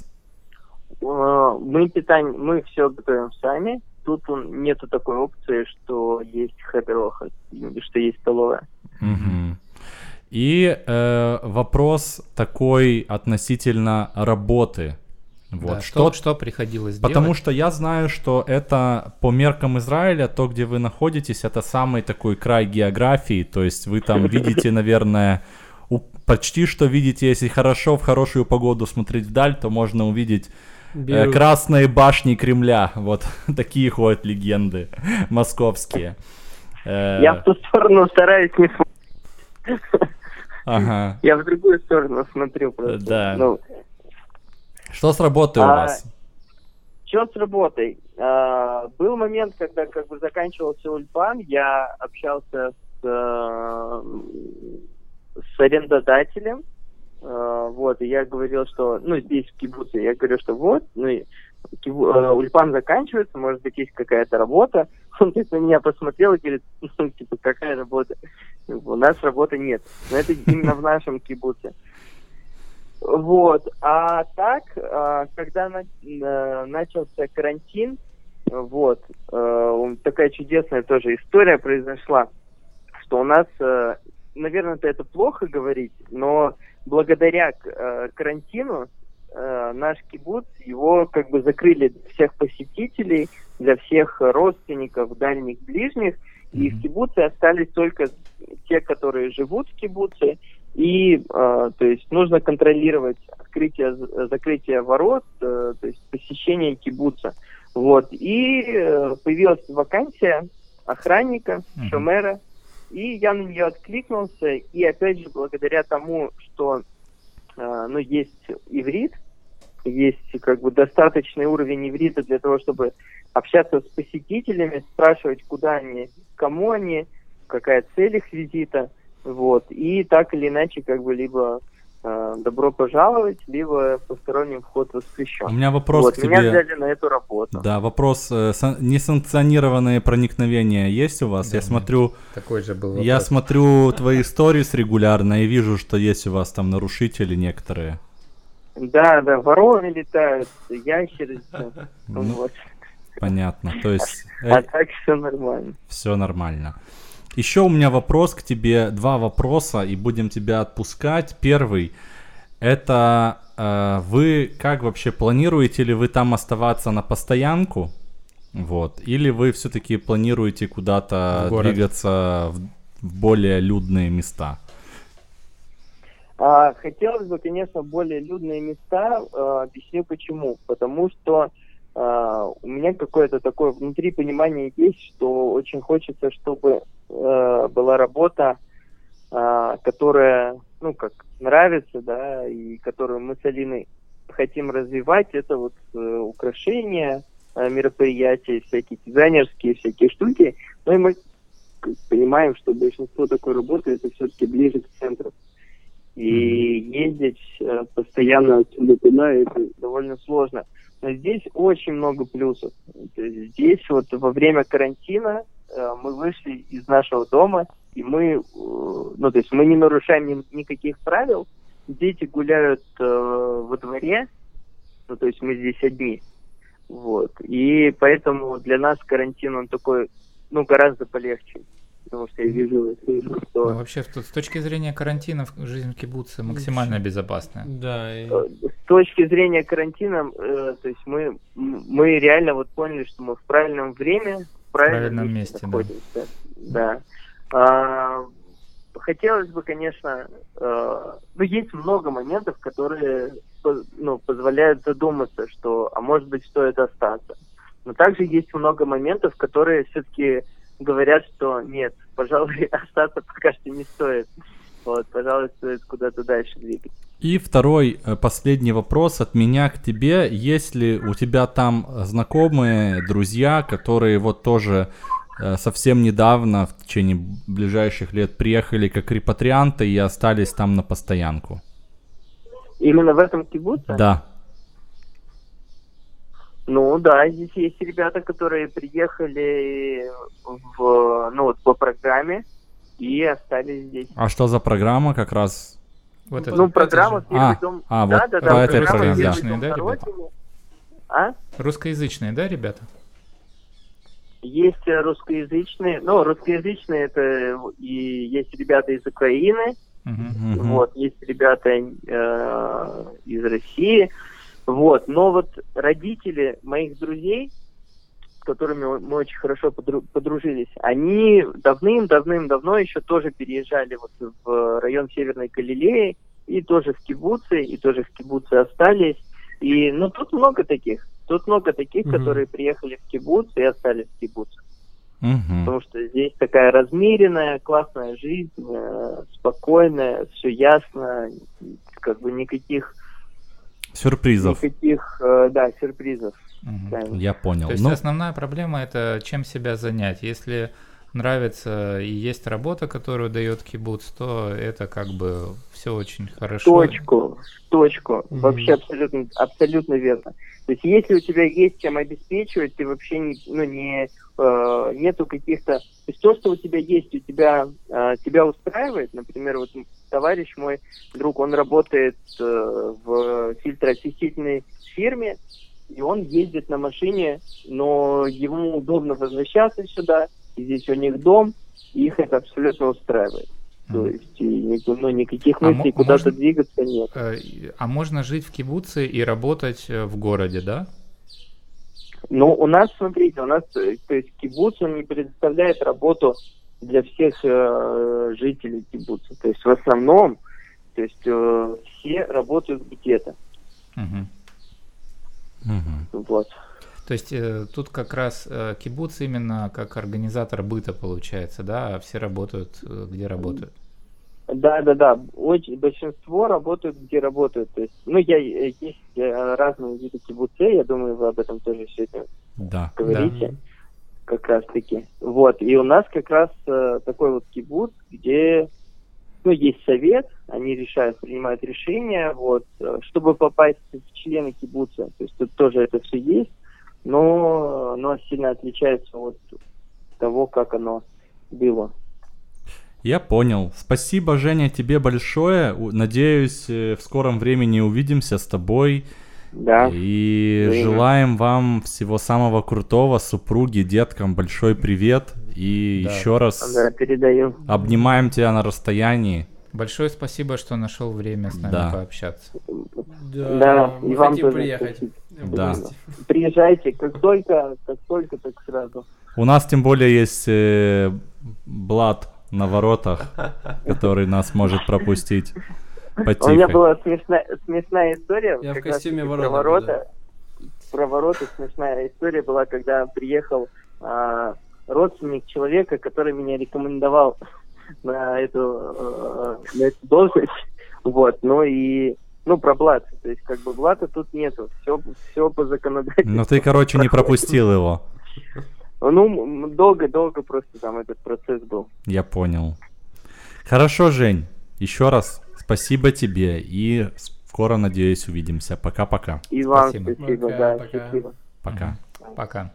Э, Мы питание, мы все готовим сами. Тут он- нету такой опции, что есть хэппи-роха, что есть столовая. Мгм. И э, вопрос такой относительно работы. Вот Да, что, что, что приходилось потому делать? что я знаю, что это по меркам Израиля, то, где вы находитесь, это самый такой край географии. То есть вы там видите, наверное, у- почти что видите, если хорошо в хорошую погоду смотреть вдаль, то можно увидеть э, Беру. красные башни Кремля. Вот такие ходят легенды московские. Э, Я в ту сторону стараюсь не смотреть. Ага. Я в другую сторону смотрю просто. Да. Ну, Что с работой у А, вас? что с работой? А, был момент, когда как бы заканчивался Ульпан, я общался с, э, с арендодателем, э, вот, и я говорил, что, ну, здесь в кибуце, я говорю, что вот, ну, и кибу- э, Ульпан заканчивается, может быть, есть какая-то работа. Он так на меня посмотрел и говорит, ну, типа, какая работа? У нас работы нет. Но это именно в нашем кибуце. Вот. А так, а, когда на- на- начался карантин, вот, э, такая чудесная тоже история произошла, что у нас, э, наверное, это плохо говорить, но благодаря к- э, карантину э, наш кибуц, его как бы закрыли для всех посетителей, для всех родственников, дальних, ближних, и в кибуце остались только те, которые живут в кибуце, и, э, то есть, нужно контролировать открытие, з- закрытие ворот, э, то есть, посещение кибуца. Вот. И э, появилась вакансия охранника, Мгм. шомера, и я на нее откликнулся, и опять же, благодаря тому, что э, ну, есть иврит, есть как бы достаточный уровень иврита для того, чтобы общаться с посетителями, спрашивать, куда они, кому они, какая цель их визита, вот, и так или иначе, как бы, либо э, добро пожаловать, либо посторонним вход воспрещен. У меня вопрос Вот, к меня тебе. взяли на эту работу. Да, вопрос. э, сан- Несанкционированные проникновения есть у вас? Да, я у меня смотрю, Такой же был вопрос. я смотрю твои сторис регулярно и вижу, что есть у вас там нарушители некоторые. Да, да, вороны летают, ящерицы, Ну, вот. понятно. То есть А так все нормально. все нормально. Еще у меня вопрос к тебе, два вопроса, и будем тебя отпускать. Первый, это э, вы как вообще планируете ли вы там оставаться на постоянку? Вот. Или вы все-таки планируете куда-то В город. двигаться в, в более людные места? А, хотелось бы, конечно, более людные места. А, объясню почему. Потому что а, у меня какое-то такое внутри понимание есть, что очень хочется, чтобы а, была работа, а, которая, ну, как нравится, да, и которую мы с Алиной хотим развивать. Это вот э, украшения, э, мероприятия, всякие дизайнерские всякие штуки. Ну и мы к- понимаем, что большинство такой работы это все-таки ближе к центру. И ездить э, постоянно отсюда туда, это довольно сложно. Но здесь очень много плюсов. То есть здесь вот во время карантина э, мы вышли из нашего дома, и мы, э, ну то есть мы не нарушаем ни, никаких правил. Дети гуляют э, во дворе, ну то есть мы здесь одни. Вот. И поэтому для нас карантин, он такой, ну, гораздо полегче. Потому что я вижу, слышу, что... Ну, вообще, с точки зрения карантина, жизнь в кибуце максимально безопасная. Да. И... С точки зрения карантина, э, то есть мы, мы реально вот поняли, что мы в правильном время, в правильном, в правильном месте, месте, находимся. Да. да. А, хотелось бы, конечно... Э, ну, есть много моментов, которые ну, позволяют задуматься, что, а может быть, стоит остаться. Но также есть много моментов, которые все-таки говорят, что нет, пожалуй, остаться пока что не стоит. Вот, пожалуй, стоит куда-то дальше двигаться. И второй, последний вопрос от меня к тебе. Есть ли у тебя там знакомые, друзья, которые вот тоже совсем недавно, в течение ближайших лет, приехали как репатрианты и остались там на постоянку? Именно в этом кибуце? Да. Ну да, здесь есть ребята, которые приехали в, ну, вот по программе и остались здесь. А что за программа как раз? Вот ну, это, программа это «Первый а, дом». А, да, вот да, по да, этой программа программе, «Первый да. дом» Да, на ребята? родине. А? Русскоязычные, да, ребята? Есть русскоязычные, ну, русскоязычные это и есть ребята из Украины, Угу. Угу. вот, есть ребята э, из России, вот, но вот родители моих друзей, с которыми мы очень хорошо подру- подружились, они давным-давным-давно еще тоже переезжали вот в район Северной Галилеи, и тоже в кибуце, и тоже в кибуце остались, и, ну, тут много таких. Тут много таких, Мгм. которые приехали в кибуц и остались в кибуце. Угу. Потому что здесь такая размеренная, классная жизнь, э, спокойная, все ясно, как бы никаких, Сюрпризов. никаких, э, да, сюрпризов. Мгм. Да. Я понял. То есть Ну, основная проблема это чем себя занять. Если нравится и есть работа, которую дает кибуц, то это как бы все очень хорошо. Точку, точку. Мгм. Вообще абсолютно, абсолютно верно. То есть если у тебя есть чем обеспечивать, ты вообще не, ну, не, э, нету каких-то... То есть то, что у тебя есть, у тебя, э, тебя устраивает. Например, вот товарищ мой, друг, он работает э, в фильтроочистительной фирме, и он ездит на машине, но ему удобно возвращаться сюда, и здесь у них дом, и их это абсолютно устраивает. То Мгм. есть, и, ну, никаких А мыслей мо- куда-то можно- двигаться нет. Э, и- А можно жить в кибуце и работать э, в городе, да? Но у нас, смотрите, у нас, э, то есть, кибуц, он не предоставляет работу для всех э, жителей кибуца. То есть, в основном, то есть, э, все работают где-то. Мгм. мгм. Вот. То есть э, тут как раз э, кибуц именно как организатор быта получается, да, а все работают, э, где работают. Да, да, да. Очень, большинство работают, где работают. То есть, ну, я, э, есть э, разные виды кибуцей, я думаю, вы об этом тоже сегодня Да. говорите. Как раз таки. Вот. И у нас как раз э, такой вот кибуц, где, ну, есть совет, они решают, принимают решения, вот, э, чтобы попасть в члены кибуца. То есть тут тоже это все есть, но оно сильно отличается от того, как оно было. Я понял. Спасибо, Женя, тебе большое. У- Надеюсь, э, в скором времени увидимся с тобой. Да. И Взаимно. желаем вам всего самого крутого, супруге, деткам большой привет. И Да. еще раз Да, передаю. обнимаем тебя на расстоянии. Большое спасибо, что нашел время с нами Да. пообщаться. Да, мы и вам хотим тоже приехать. спасибо. в Да. гости. Приезжайте, как только, как только, так сразу. У нас тем более есть э, Блад на воротах, который нас может пропустить У меня потихо. была смешная, смешная история. Я в как раз костюме таки ворона про ворота. Про ворота смешная история была, когда приехал а, родственник человека, который меня рекомендовал на эту, э, на эту должность. Вот, ну и, ну, про блата. То есть, как бы, блата тут нету. Все, все по законодательству. Ну ты, короче, не проходит. пропустил его. Ну, м- долго-долго просто там этот процесс был. Я понял. Хорошо, Жень. Еще раз Спасибо тебе и скоро, надеюсь, увидимся. Пока-пока. И вам Спасибо. спасибо, Пока, да, пока. счастливо. Пока. Пока.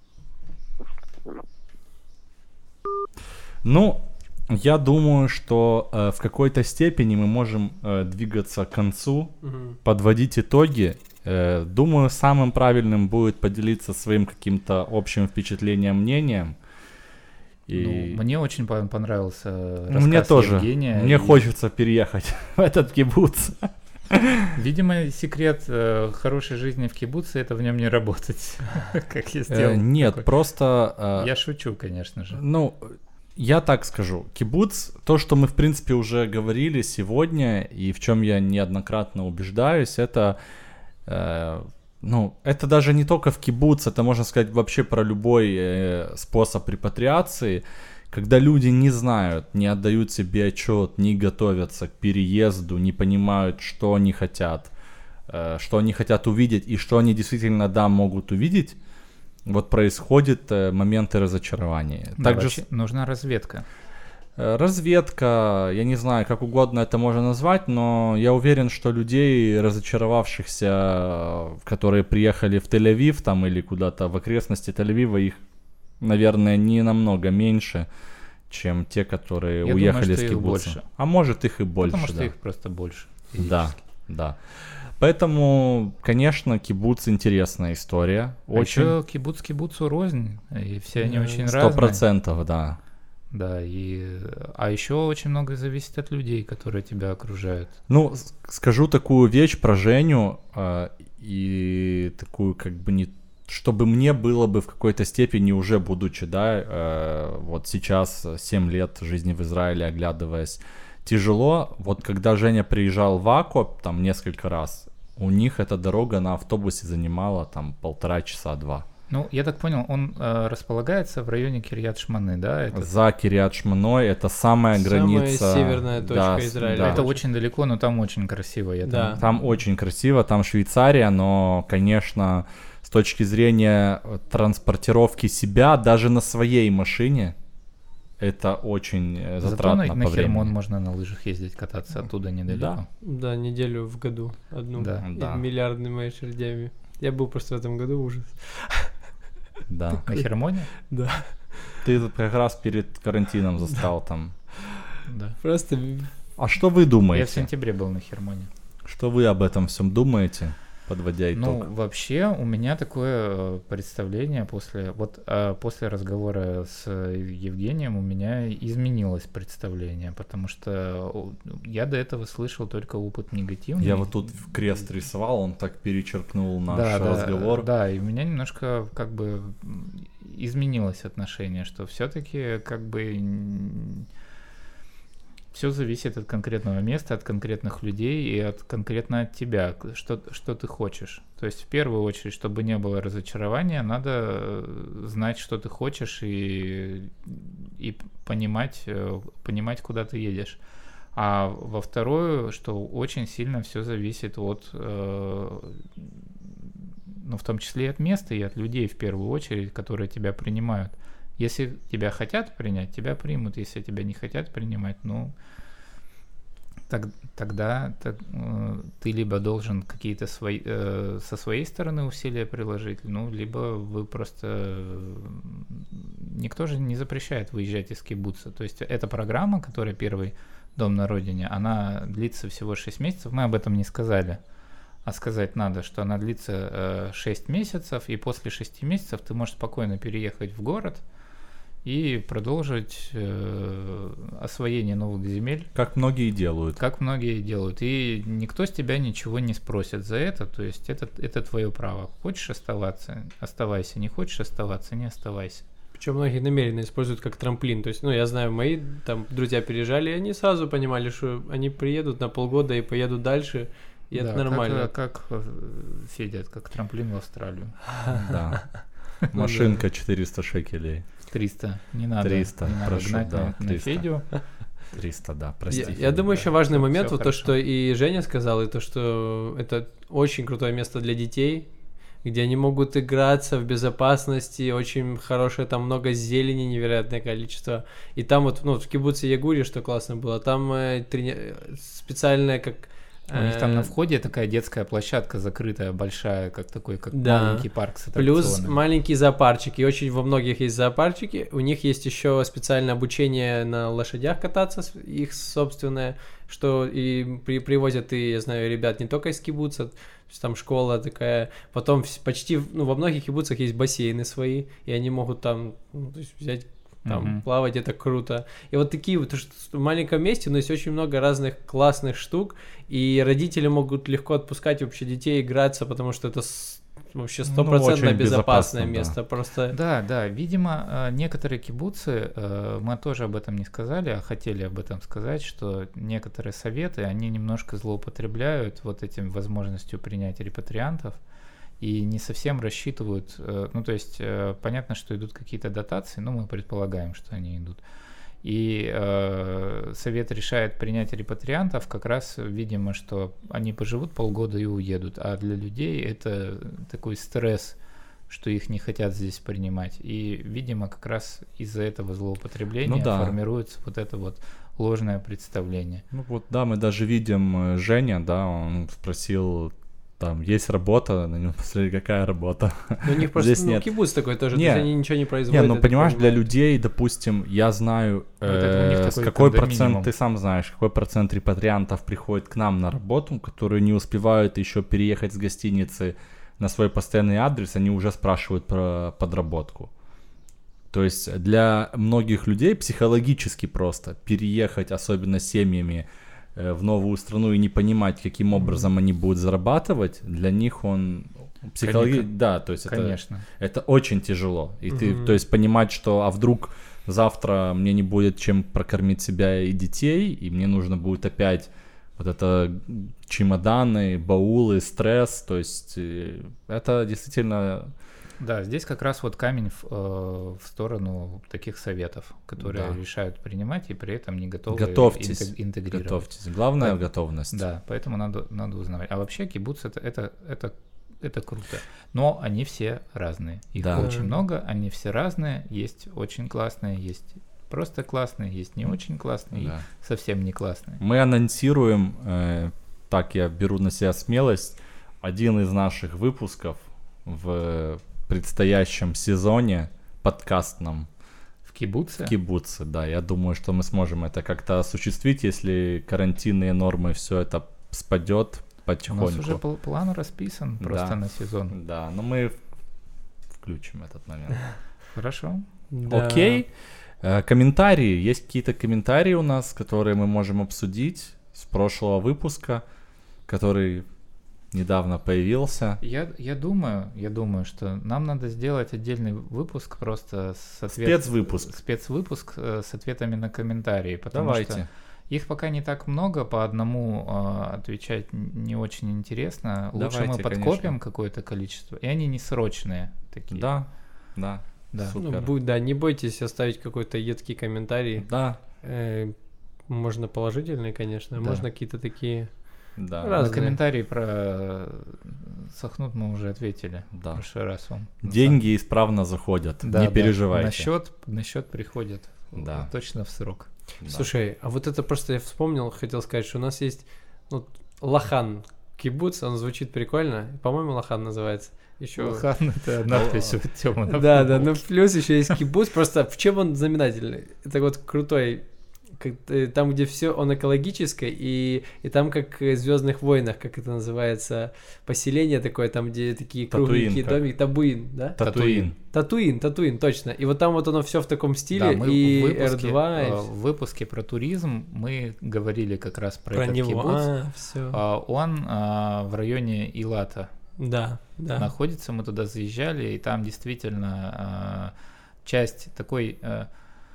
Ну, я думаю, что э, в какой-то степени мы можем э, двигаться к концу, Мгм. подводить итоги. Э, думаю, самым правильным будет поделиться своим каким-то общим впечатлением, мнением. И Ну, мне очень пон- понравился рассказ мне тоже. Евгения. Мне и, хочется переехать в этот кибуц. Видимо, секрет э, хорошей жизни в кибуце — это в нем не работать, как я Э, сделал. Нет, такой. просто... э, Я шучу, конечно же. Ну, я так скажу. Кибуц, то, что мы, в принципе, уже говорили сегодня, и в чем я неоднократно убеждаюсь, это, э, ну, это даже не только в кибуц, это, можно сказать, вообще про любой э, способ репатриации, когда люди не знают, не отдают себе отчет, не готовятся к переезду, не понимают, что они хотят, э, что они хотят увидеть и что они действительно, да, могут увидеть, вот происходят э, моменты разочарования. Да, Также вообще нужна разведка. э, разведка, я не знаю, как угодно это можно назвать, но я уверен, что людей, разочаровавшихся, э, которые приехали в Тель-Авив там или куда-то в окрестности Тель-Авива, их, наверное, не намного меньше, чем те, которые Я уехали думаю, с что их кибуца. больше. А может их и больше, Потому что да. их просто больше. Да, физически. да. Поэтому, конечно, кибуц интересная история. А Очень. еще кибуц кибуцу рознь, и все они Да, очень Сто разные. процентов, да. Да, и... А еще очень много зависит от людей, которые тебя окружают. Ну, с- скажу такую вещь про Женю, э, и такую как бы не... Чтобы мне было бы в какой-то степени, уже будучи, да, э, вот сейчас семь лет жизни в Израиле, оглядываясь, тяжело. Вот когда Женя приезжал в Акоп, там несколько раз, у них эта дорога на автобусе занимала там полтора часа, два. Ну, я так понял, он э, располагается в районе Кирьят-Шманы, да? Это, За Кирьят-Шманой, это самая Самая граница... северная точка да, с- Израиля. да. это очень далеко, но там очень красиво. Я Да. там... Там очень красиво, там Швейцария, но, конечно, с точки зрения э, транспортировки себя, даже на своей машине, это очень э, Зато затратно на, по на Хермон времени. можно на лыжах ездить, кататься оттуда недалеко. Да, неделю в году. Одну. Да. И Да. миллиардными очередями. Я был просто в этом году, ужас. Да. На Хермоне? Да. Ты как раз перед карантином застал там. Да. Просто А что вы Я в думаете? сентябре был на Хермоне. Что вы об этом всем думаете, подводя Ну, итог? вообще, у меня такое э, представление после, вот э, после разговора с э, Евгением у меня изменилось представление, потому что о, я до этого слышал только опыт негативный. Я вот тут в крест рисовал, он так перечеркнул наш да, да, разговор. Да, и у меня немножко как бы м, изменилось отношение, что все-таки как бы все зависит от конкретного места, от конкретных людей и от конкретно от тебя, к- что, что ты хочешь. То есть в первую очередь, чтобы не было разочарования, надо э, знать, что ты хочешь и, и понимать, э, понимать, куда ты едешь. А во вторую, что очень сильно все зависит от, э, ну, в том числе и от места, и от людей в первую очередь, которые тебя принимают. Если тебя хотят принять, тебя примут. Если тебя не хотят принимать, ну, так, тогда так, э, ты либо должен какие-то свои, э, со своей стороны усилия приложить, ну, либо вы просто... э, Никто же не запрещает выезжать из кибуца. То есть эта программа, которая «Первый дом на родине», она длится всего шесть месяцев. Мы об этом не сказали. А сказать надо, что она длится э, шесть месяцев, и после шести месяцев ты можешь спокойно переехать в город и продолжить э, освоение новых земель, Как многие делают. как многие делают. И никто с тебя ничего не спросит за это, то есть это, это твое право. Хочешь оставаться — оставайся, не хочешь оставаться — не оставайся. Причем многие намеренно используют как трамплин. То есть, ну, я знаю, мои там друзья переезжали, и они сразу понимали, что они приедут на полгода и поедут дальше, и Да, это нормально. Как, как э, Федя, как трамплин в Австралию. Да. Машинка четыреста шекелей. триста, не надо, триста, не надо прошу, гнать да, на, на триста. Федю. триста, да, прости. Я, я Федя. думаю, еще важный Всё- момент, всё вот то, хорошо. что и Женя сказал, и то, что это очень крутое место для детей. где они могут играться в безопасности, очень хорошее, там много зелени, невероятное количество. И там вот, ну, в кибуце Ягури, что классно было, там э, трени... специальная как... У них там на входе такая детская площадка закрытая, большая, как такой, как Да. маленький парк с аттракционами. Плюс маленький зоопарчик, и очень во многих есть зоопарчики. У них есть еще специальное обучение на лошадях кататься, с- их собственное, что и при, привозят, и, я знаю, ребят не только из кибуца, то есть там школа такая. Потом вс- почти, в- ну, во многих кибуцах есть бассейны свои, и они могут там, ну, то есть взять там Мгм. плавать, это круто. И вот такие вот, что в маленьком месте, но есть очень много разных классных штук, и родители могут легко отпускать вообще детей играться, потому что это с- вообще Ну, стопроцентно очень безопасное безопасно, да. место. Просто Да, да, видимо, э, некоторые кибуцы, э, мы тоже об этом не сказали, а хотели об этом сказать, что некоторые советы, они немножко злоупотребляют вот этим возможностью принять репатриантов и не совсем рассчитывают, э, ну то есть э, понятно, что идут какие-то дотации, но мы предполагаем, что они идут. И э, совет решает принять репатриантов как раз, видимо, что они поживут полгода и уедут, а для людей это такой стресс, что их не хотят здесь принимать. И, видимо, как раз из-за этого злоупотребления Ну да. формируется вот это вот ложное представление. Ну вот, да, мы даже видим э, Женя, да, он спросил, там, есть работа, на него посмотрели, какая работа. ну, у них просто Здесь ну, нет. кибуц такой тоже, Не. то есть они ничего не Не, производят. ну я понимаешь, так для понимаю. людей, допустим, я знаю, Ну, это у них э, с такой какой кондоминиум. процент, ты сам знаешь, какой процент репатриантов приходит к нам на работу, которые не успевают еще переехать с гостиницы на свой постоянный адрес, они уже спрашивают про подработку. То есть для многих людей психологически просто переехать, особенно семьями, э, в новую страну и не понимать, каким образом они будут зарабатывать, для них он психологически, Конечно. да, то есть это, Конечно. это очень тяжело. И ты, Мгм. то есть понимать, что а вдруг завтра мне не будет чем прокормить себя и детей, и мне нужно будет опять вот это чемоданы, баулы, стресс, то есть э, это действительно... Да, здесь как раз вот камень в, э, в сторону таких советов, которые Да. решают принимать и при этом не готовы Готовьтесь, интег- интегрировать. Готовьтесь. Главное Да. готовность. Да, поэтому надо, надо узнавать. А вообще кибуц это, это, это, это круто. Но они все разные. Их Да. очень много, они все разные. Есть очень классные, есть просто классные, есть не очень классные Да. и совсем не классные. Мы анонсируем, э, так я беру на себя смелость, один из наших выпусков в предстоящем сезоне подкастном В кибуце кибуце, да. Я думаю, что мы сможем это как-то осуществить, если карантинные нормы, все это спадет у потихоньку. нас уже пл- план расписан просто Да. на сезон. Да, но мы включим этот момент. Хорошо. Да. Окей. Э, Комментарии. Есть какие-то комментарии у нас, которые мы можем обсудить с прошлого выпуска, который недавно появился. Я, я думаю, я думаю, что нам надо сделать отдельный выпуск просто с ответ- Спецвыпуск. спецвыпуск э, с ответами на комментарии, потому что Давайте. их пока не так много, по одному э, отвечать н- не очень интересно. Лучше Давайте, мы подкопим конечно. какое-то количество, и они не срочные такие. Да, да, Да. Ну, супер. будь- да, не бойтесь оставить какой-то едкий комментарий. Да, Э, можно положительный, конечно, а Да. можно какие-то такие... да. Раз. На Разные. комментарии про э, Сахнут мы уже ответили Да. в прошлый раз вам. Деньги исправно заходят, Да, не да. переживайте. На счет, на счет приходят Да. э, точно в срок. Да. Слушай, а вот это просто я вспомнил, хотел сказать, что у нас есть ну, Лахан кибуц, он звучит прикольно. По-моему, Лахан называется. Еще... Хан это надпись у Тёмы на Да, да, ну футболке. плюс еще есть кибуц. Просто в чем он знаменательный? Это вот крутой, как, э, там, где все он экологическое, и, и там, как в Звездных войнах, как это называется, поселение такое, там, где такие Татуин кругленькие как? домики, Табуин, да? Татуин. Татуин, Татуин, точно. И вот там вот оно все в таком Да, стиле, мы и в выпуске, эр два, и э, всё. в выпуске про туризм мы говорили как раз про, про этот него. кибуц. А, все. А, Он а, в районе Илата Да, да. находится, мы туда заезжали, и там действительно а, часть такой, а,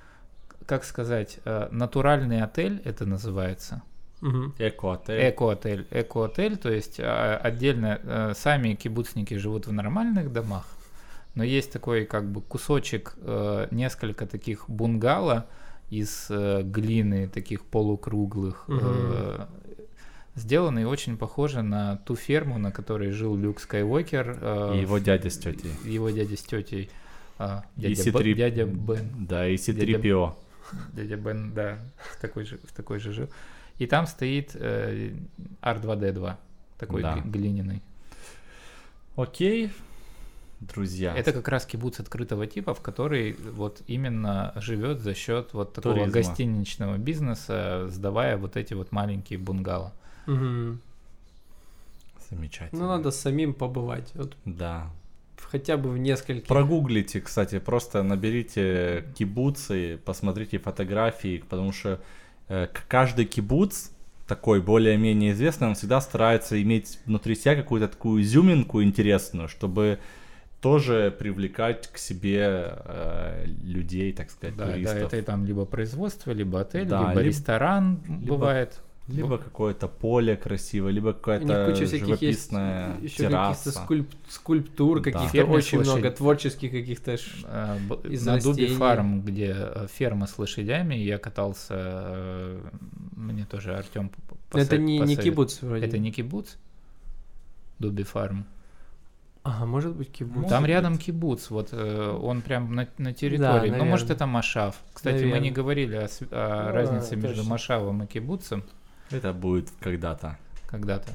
как сказать, а, натуральный отель это называется. Мгм. Эко-отель. Эко-отель. Эко-отель, то есть а, отдельно а, сами кибуцники живут в нормальных домах, но есть такой как бы кусочек, а, несколько таких бунгало из а, глины, таких полукруглых, Мгм. а, сделаны очень похожи на ту ферму, на которой жил Люк Скайуокер. э, И его в- дядя с тетей. Его дядя с тетей. а, И дядя, си Б- три дядя Бен. Да, и си три пи о. Дядя Бен, да, в такой же, в такой же жил. И там стоит э, ар два дэ два, такой Да. гли- глиняный. Окей, друзья. Это как раз кибуц открытого типа, в который вот именно живет за счет вот такого Туризма. гостиничного бизнеса, сдавая вот эти вот маленькие бунгало. Мгм. Замечательно. Ну, надо самим побывать. Вот Да. хотя бы в нескольких. Прогуглите, кстати, просто наберите кибуцы, посмотрите фотографии, потому что э, к- каждый кибуц, такой более-менее известный, он всегда старается иметь внутри себя какую-то такую изюминку интересную, чтобы тоже привлекать к себе э, людей, так сказать, Да, да, туристов. это и там либо производство, либо отель, Да, либо либо- ресторан либо- бывает. Либо какое-то поле красивое, либо У них какая-то куча всяких есть живописная еще каких-то терраса. скульп- скульптур, Да. каких-то Фермы с очень много, лошадь- творческих каких-то. ш- Э, б- из На Дуби растений. Фарм, где э, ферма с лошадями, я катался, э, мне тоже Артем Это не, не кибуц вроде. Это не кибуц? Дуби Фарм. Ага, может быть кибуц. Там рядом кибуц, вот э, он прям на, на территории. Ну, может, наверно. это Машав. Кстати, мы не Наверно. говорили о, св- о Ну, разнице да, между точно. Машавом и кибуцем Это будет когда-то. когда-то.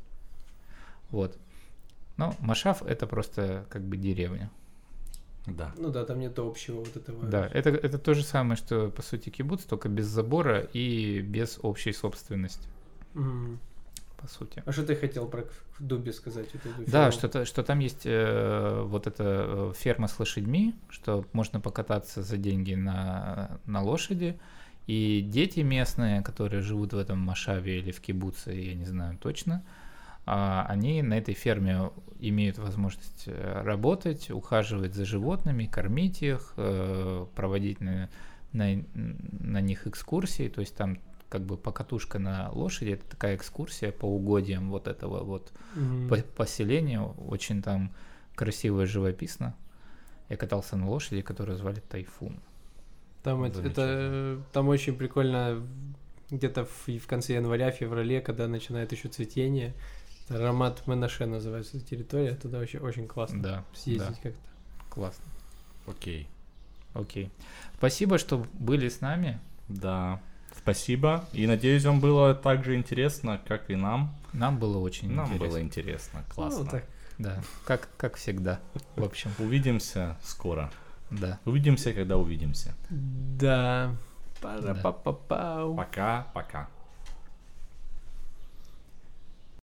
Вот. Но Машав это просто как бы деревня. Да. Ну да, там нет общего вот этого. Да, это, это то же самое, что по сути кибуц, только без забора и без общей собственности, Мгм. по сути. А что ты хотел про Дуби сказать? Вот эту Да, ферму? что, то, что там есть э, вот эта э, ферма с лошадьми, что можно покататься за деньги на, на лошади. И дети местные, которые живут в этом Машаве или в кибуце, я не знаю точно, а, они на этой ферме имеют возможность э, работать, ухаживать за животными, кормить их, э, проводить на, на, на них экскурсии. То есть там как бы покатушка на лошади, это такая экскурсия по угодьям вот этого вот Мгм. по- поселение, очень там красиво и живописно. Я катался на лошади, которую звали Тайфун. Там это, это- там очень прикольно где-то в, в конце января, феврале, когда начинает еще цветение. Это Рамат Менаше называется территория, туда вообще очень классно Да, съездить да, как-то. классно. Окей. Окей. Спасибо, что были с нами. Да. Спасибо. И надеюсь, вам было так же интересно, как и нам. Нам было очень Нам интересно. было интересно. Классно. Ну, так. Да, как, как всегда. В общем, Увидимся скоро. да. Увидимся, когда увидимся. Да. Пара-па-па-пау. Пока-пока.